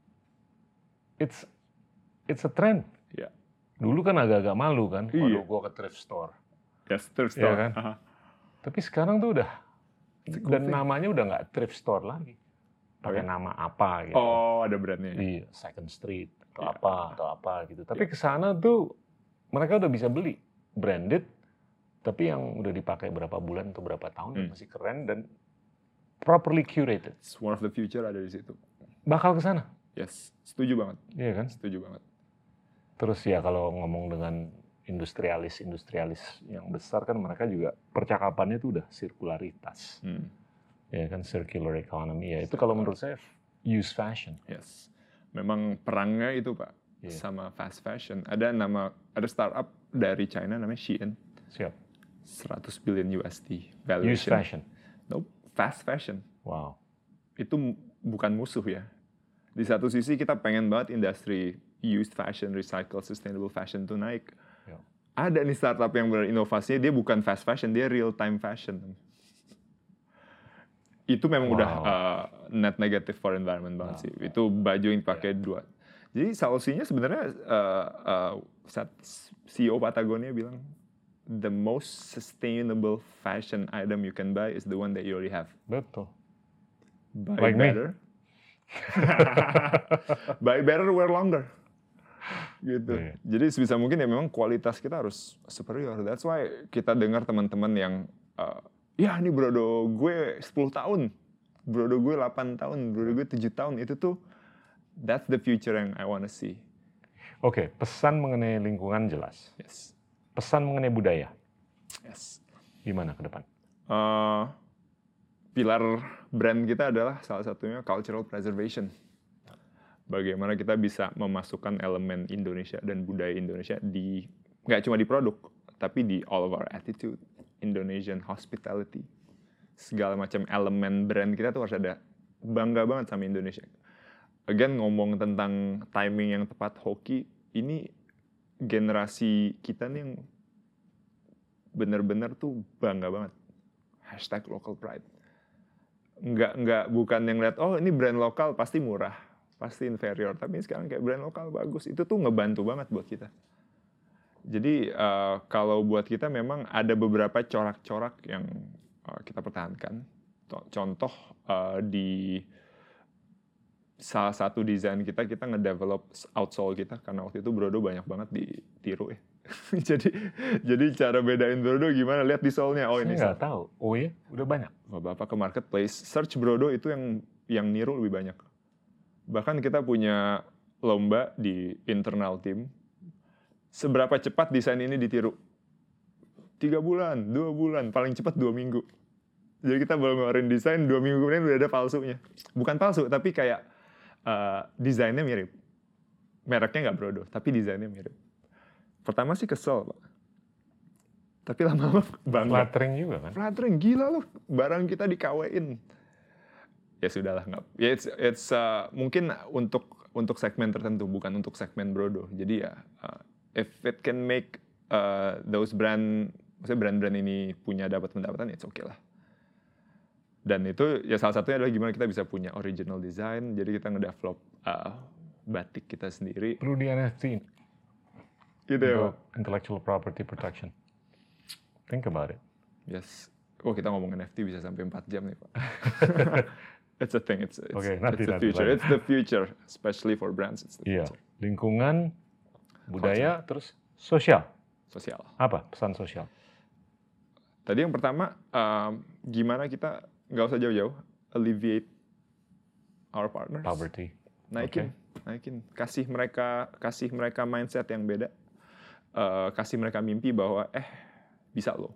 It's a trend. Yeah. Dulu kan agak-agak malu kan, waduh gua ke thrift store. Yes, thrift store. Ya kan? Tapi sekarang tuh udah dan namanya udah nggak thrift store lagi. Pakai nama apa gitu. Oh, ada brandnya. Iya, Second Street atau apa gitu. Tapi ke sana tuh mereka udah bisa beli branded tapi yang udah dipakai berapa bulan atau berapa tahun masih keren dan properly curated. It's one of the future ada di situ. Bakal ke sana. Yes, setuju banget. Iya kan? Setuju banget. Terus ya kalau ngomong dengan industrialis yang besar kan mereka juga percakapannya tuh udah sirkularitas. Ya kan, circular economy ya. Itu kalau menurut saya use fashion. Yes. Memang perangnya itu Pak sama fast fashion. Ada startup dari China namanya Shein. Siap. 100 billion USD valuation. Use fashion. Nope, fast fashion. Wow. Itu bukan musuh ya. Di satu sisi kita pengen banget industri used fashion, recycle, sustainable fashion itu naik. Ada nih startup yang berinovasinya, dia bukan fast fashion, dia real time fashion. Itu memang udah net negative for environment banget sih. Itu baju yang dipakai dua. Jadi solusinya sebenarnya CEO Patagonia bilang, the most sustainable fashion item you can buy is the one that you already have. Betul. Buy better. Buy better, wear longer. Gitu. Jadi sebisa mungkin ya memang kualitas kita harus superior. That's why kita dengar teman-teman yang ya ini brodo gue 10 tahun, brodo gue 8 tahun, brodo gue 7 tahun. Itu tuh that's the future yang I wanna see. Oke, pesan mengenai lingkungan jelas. Yes. Pesan mengenai budaya. Yes. Gimana ke depan? Pilar brand kita adalah salah satunya cultural preservation. Bagaimana kita bisa memasukkan elemen Indonesia dan budaya Indonesia nggak cuma di produk, tapi di all of our attitude, Indonesian hospitality, segala macam elemen brand kita tuh harus ada. Bangga banget sama Indonesia. Again, ngomong tentang timing yang tepat hoki, ini generasi kita nih yang benar-benar tuh bangga banget. #local pride. Bukan yang lihat, oh ini brand lokal pasti murah, pasti inferior. Tapi sekarang kayak brand lokal bagus, itu tuh ngebantu banget buat kita. Jadi kalau buat kita memang ada beberapa corak-corak yang kita pertahankan. Contoh di salah satu desain kita ngedevelop outsole kita karena waktu itu brodo banyak banget ditiru ya. jadi cara bedain brodo gimana? Lihat di sole-nya. Oh ini. Saya nggak tahu. Oh ya, udah banyak. Bapak ke marketplace, search brodo itu yang niru lebih banyak. Bahkan kita punya lomba di internal tim. Seberapa cepat desain ini ditiru? 3 bulan, 2 bulan, paling cepat 2 minggu. Jadi kita baru ngeluarin desain, 2 minggu kemudian udah ada palsunya. Bukan palsu, tapi kayak desainnya mirip. Mereknya nggak brodo, tapi desainnya mirip. Pertama sih kesel, Pak. Tapi lama-lama bangga. Flattering juga kan? Flattering, gila loh. Barang kita di KW-in. ya sudahlah, nggak. Ya it's mungkin untuk segmen tertentu, bukan untuk segmen Brodo. Jadi ya if it can make those maksudnya brand-brand ini punya dapat pendapatan, it's okay lah. Dan itu ya salah satunya adalah gimana kita bisa punya original design. Jadi kita ngedevelop batik kita sendiri. Perlu di NFT Gitu ya, untuk intellectual property protection. Think about it. Yes. Oh, kita ngomong NFT bisa sampai 4 jam nih, Pak. It's a thing. It's the future. It's the future, especially for brands. It's the Iya. future. Lingkungan, budaya, terus sosial. Sosial. Apa pesan sosial? Tadi yang pertama, gimana kita nggak usah jauh-jauh, alleviate our partners. Poverty. Naikin. Kasih mereka mindset yang beda. Kasih mereka mimpi bahwa bisa loh.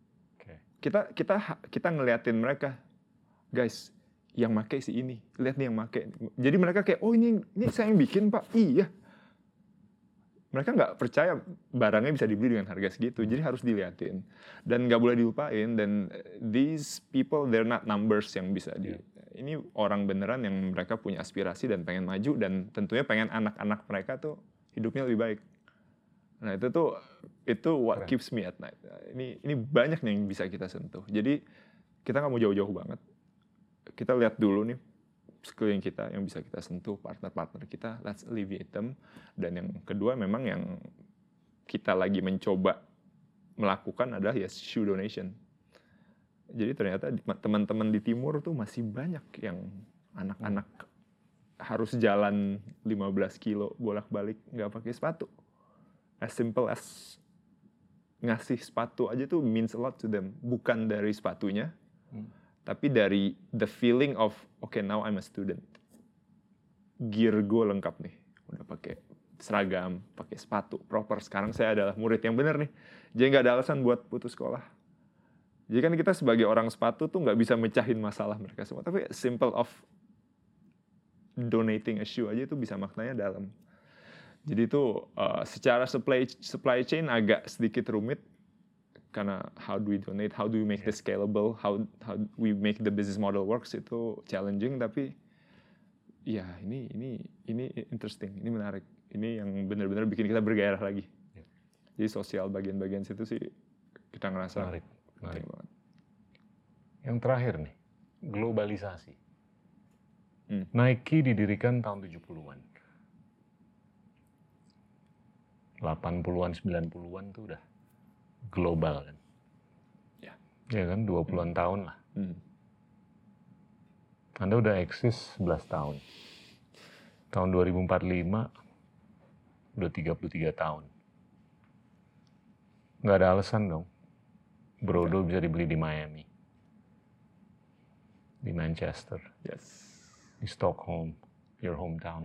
Kita ngeliatin mereka, guys, yang make si ini, lihat nih yang make. Jadi mereka kayak, oh ini saya yang bikin, Pak. Iya. Mereka nggak percaya barangnya bisa dibeli dengan harga segitu, jadi harus diliatin dan nggak boleh dilupain. Dan these people, they're not numbers yang bisa ini orang beneran yang mereka punya aspirasi dan pengen maju dan tentunya pengen anak-anak mereka tuh hidupnya lebih baik. Nah itu what keeps me at night. Ini banyak yang bisa kita sentuh. Jadi kita nggak mau jauh-jauh banget. Kita lihat dulu nih sekeliling kita yang bisa kita sentuh, partner-partner kita, let's alleviate them. Dan yang kedua memang yang kita lagi mencoba melakukan adalah shoe donation. Jadi ternyata teman-teman di timur tuh masih banyak yang anak-anak harus jalan 15 kilo bolak-balik nggak pakai sepatu. As simple as ngasih sepatu aja tuh means a lot to them. Bukan dari sepatunya, tapi dari the feeling of, okay, now I'm a student. Gear gue lengkap nih. Udah pakai seragam, pakai sepatu proper. Sekarang saya adalah murid yang benar nih. Jadi nggak ada alasan buat putus sekolah. Jadi kan kita sebagai orang sepatu tuh nggak bisa mecahin masalah mereka semua. Tapi simple of donating a shoe aja itu bisa maknanya dalam. Jadi itu secara supply chain agak sedikit rumit. Karena how do we donate, how do we make this scalable, how we make the business model works itu challenging. Tapi ya ini interesting, ini menarik. Ini yang benar-benar bikin kita bergairah lagi. Jadi sosial bagian-bagian situ sih kita ngerasa menarik. penting banget. Yang terakhir nih, globalisasi. Nike didirikan tahun 70-an. 80-an, 90-an tuh udah global kan. Ya kan, 20-an tahun lah. Anda udah eksis 11 tahun. Tahun 2045 udah 33 tahun. Nggak ada alasan dong. Brodo bisa dibeli di Miami. Di Manchester. Yes. Di Stockholm, your hometown.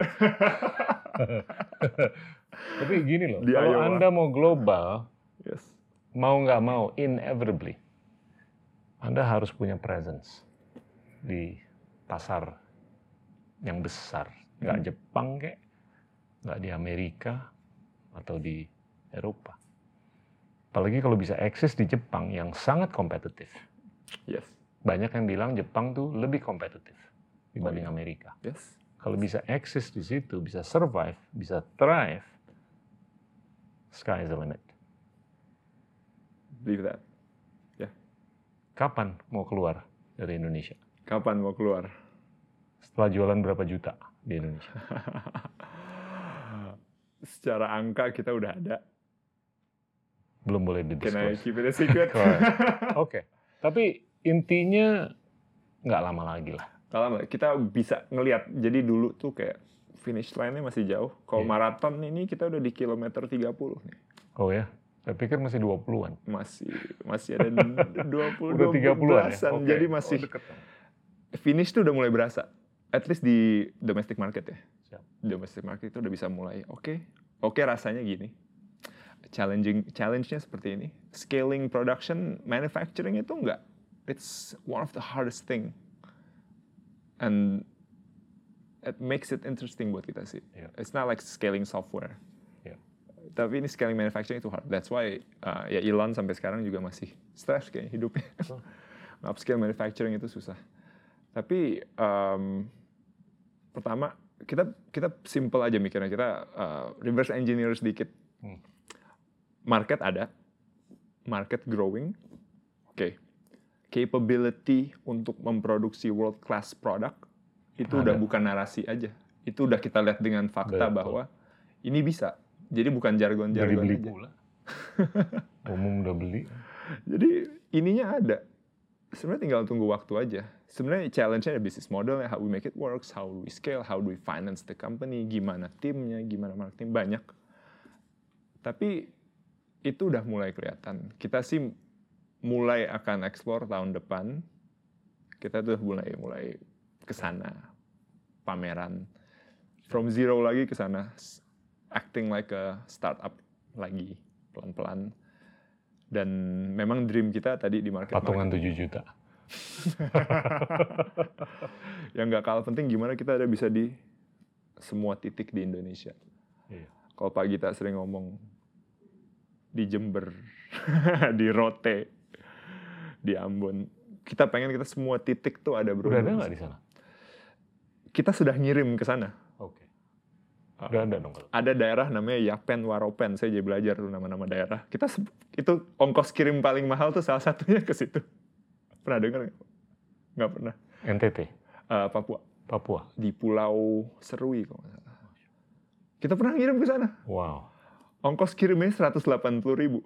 Tapi gini loh, kalau Anda mau global, mau nggak mau, inevitably, Anda harus punya presence di pasar yang besar. Nggak Jepang kek, nggak di Amerika, atau di Eropa. Apalagi kalau bisa eksis di Jepang yang sangat kompetitif. Yes. Banyak yang bilang Jepang tuh lebih kompetitif dibanding Amerika. Yes. Kalau bisa eksis di situ, bisa survive, bisa thrive, sky is the limit. Believe that. Ya. Yeah. Kapan mau keluar dari Indonesia? Kapan mau keluar? Setelah jualan berapa juta di Indonesia? Secara angka kita udah ada. Belum boleh di-disclose. Can I keep it a secret? Oke. Tapi intinya nggak lama lagi lah. Nggak lama. Kita bisa ngelihat. Jadi dulu tuh kayak finish line-nya masih jauh. Kalau maraton ini kita udah di kilometer 30 nih. Oh ya? Saya pikir masih 20-an. Masih ada 20, udah 30-an ya? Okay. Jadi masih finish tuh udah mulai berasa. At least di domestic market ya. Siap. Domestic market itu udah bisa mulai. Oke, rasanya gini. Challenge-nya seperti ini. Scaling production, manufacturing itu enggak. It's one of the hardest thing. And it makes it interesting buat kita sih. Yeah. It's not like scaling software. Yeah. Tapi ini scaling manufacturing itu hard. That's why ya Elon sampai sekarang juga masih stress kayak hidupnya. Upscale manufacturing itu susah. Tapi pertama kita simple aja mikirnya, kita reverse engineer sedikit. Market ada, market growing, oke. Capability untuk memproduksi world class product itu udah bukan narasi aja. Itu udah kita lihat dengan fakta bahwa ini bisa. Jadi bukan jargon-jargon beli aja. Pula. Umum udah beli. Jadi ininya ada. Sebenarnya tinggal tunggu waktu aja. Sebenarnya challenge-nya ada business model, how we make it works, how we scale, how do we finance the company, gimana timnya, gimana marketing, banyak. Tapi itu udah mulai kelihatan. Kita sih mulai akan explore tahun depan. Kita tuh mulai ke sana. Pameran. From zero lagi ke sana. Acting like a startup lagi. Pelan-pelan. Dan memang dream kita tadi di market. Patungan 7 juta. Yang nggak kalah penting gimana kita ada bisa di semua titik di Indonesia. Iya. Kalau Pak Gita sering ngomong di Jember, di Rote, di Ambon, kita pengen kita semua titik tuh ada Brodo. Udah ada nggak di sana? Kita sudah ngirim ke sana. Oke. Udah ada dong. Ada daerah namanya Yapen Waropen. Saya jadi belajar tuh nama-nama daerah. Itu ongkos kirim paling mahal tuh salah satunya ke situ. Pernah dengar nggak? Nggak pernah. NTT? Papua. Di Pulau Serui kalau nggak salah. Kita pernah ngirim ke sana. Wow. Ongkos kirimnya 180.000.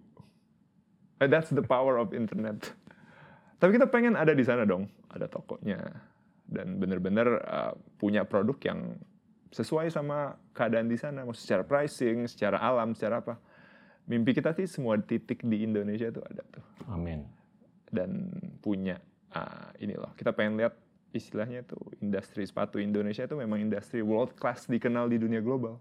That's the power of internet. Tapi kita pengen ada di sana dong. Ada tokonya. Dan benar-benar punya produk yang sesuai sama keadaan di sana. Maksudnya secara pricing, secara alam, secara apa. Mimpi kita sih semua titik di Indonesia tuh ada tuh. Amin. Dan punya ini loh. Kita pengen lihat istilahnya tuh industri sepatu Indonesia itu memang industri world class dikenal di dunia global.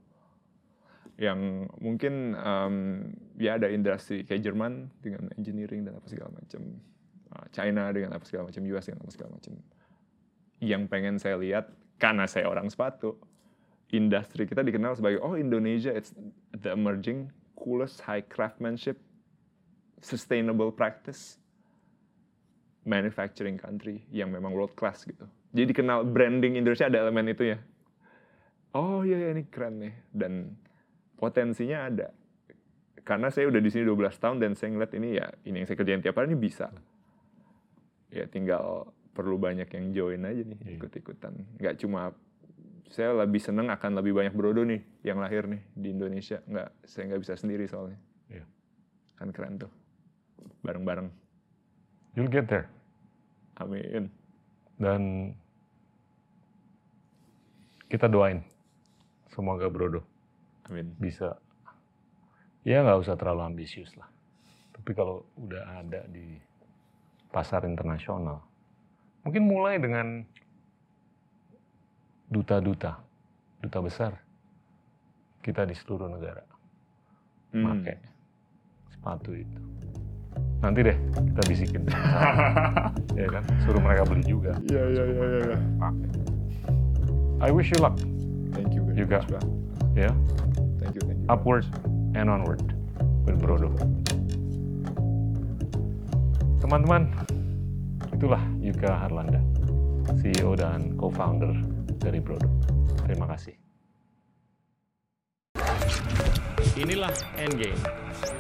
Yang mungkin ya ada industri kayak Jerman dengan engineering dan apa segala macam, China dengan apa segala macam, US dengan apa segala macam. Yang pengen saya lihat karena saya orang sepatu, industri kita dikenal sebagai Indonesia it's the emerging coolest high craftsmanship sustainable practice manufacturing country yang memang world class gitu. Jadi dikenal branding Indonesia ada elemen itu ya. Oh iya ini keren nih dan potensinya ada. Karena saya udah di sini 12 tahun dan saya ngeliat ini yang saya kerjain tiap hari ini bisa. Ya tinggal perlu banyak yang join aja nih, ikut-ikutan. Nggak cuma, saya lebih seneng akan lebih banyak Brodo nih yang lahir nih di Indonesia. Saya nggak bisa sendiri soalnya. Yeah. Kan keren tuh. Bareng-bareng. You'll get there. Amin. Dan kita doain semoga Brodo Amin. bisa, ya nggak usah terlalu ambisius lah. Tapi kalau udah ada di pasar internasional, mungkin mulai dengan duta besar kita di seluruh negara pakai sepatu itu. Nanti deh kita bisikin, ya kan, suruh mereka beli juga. Iya. Pakai. I wish you luck. Thank you very much, Pak. Yeah. Thank you. Upward and onward with Brodo. Teman-teman, itulah Yuka Harlanda, CEO dan co-founder dari Brodo. Terima kasih. Inilah Endgame.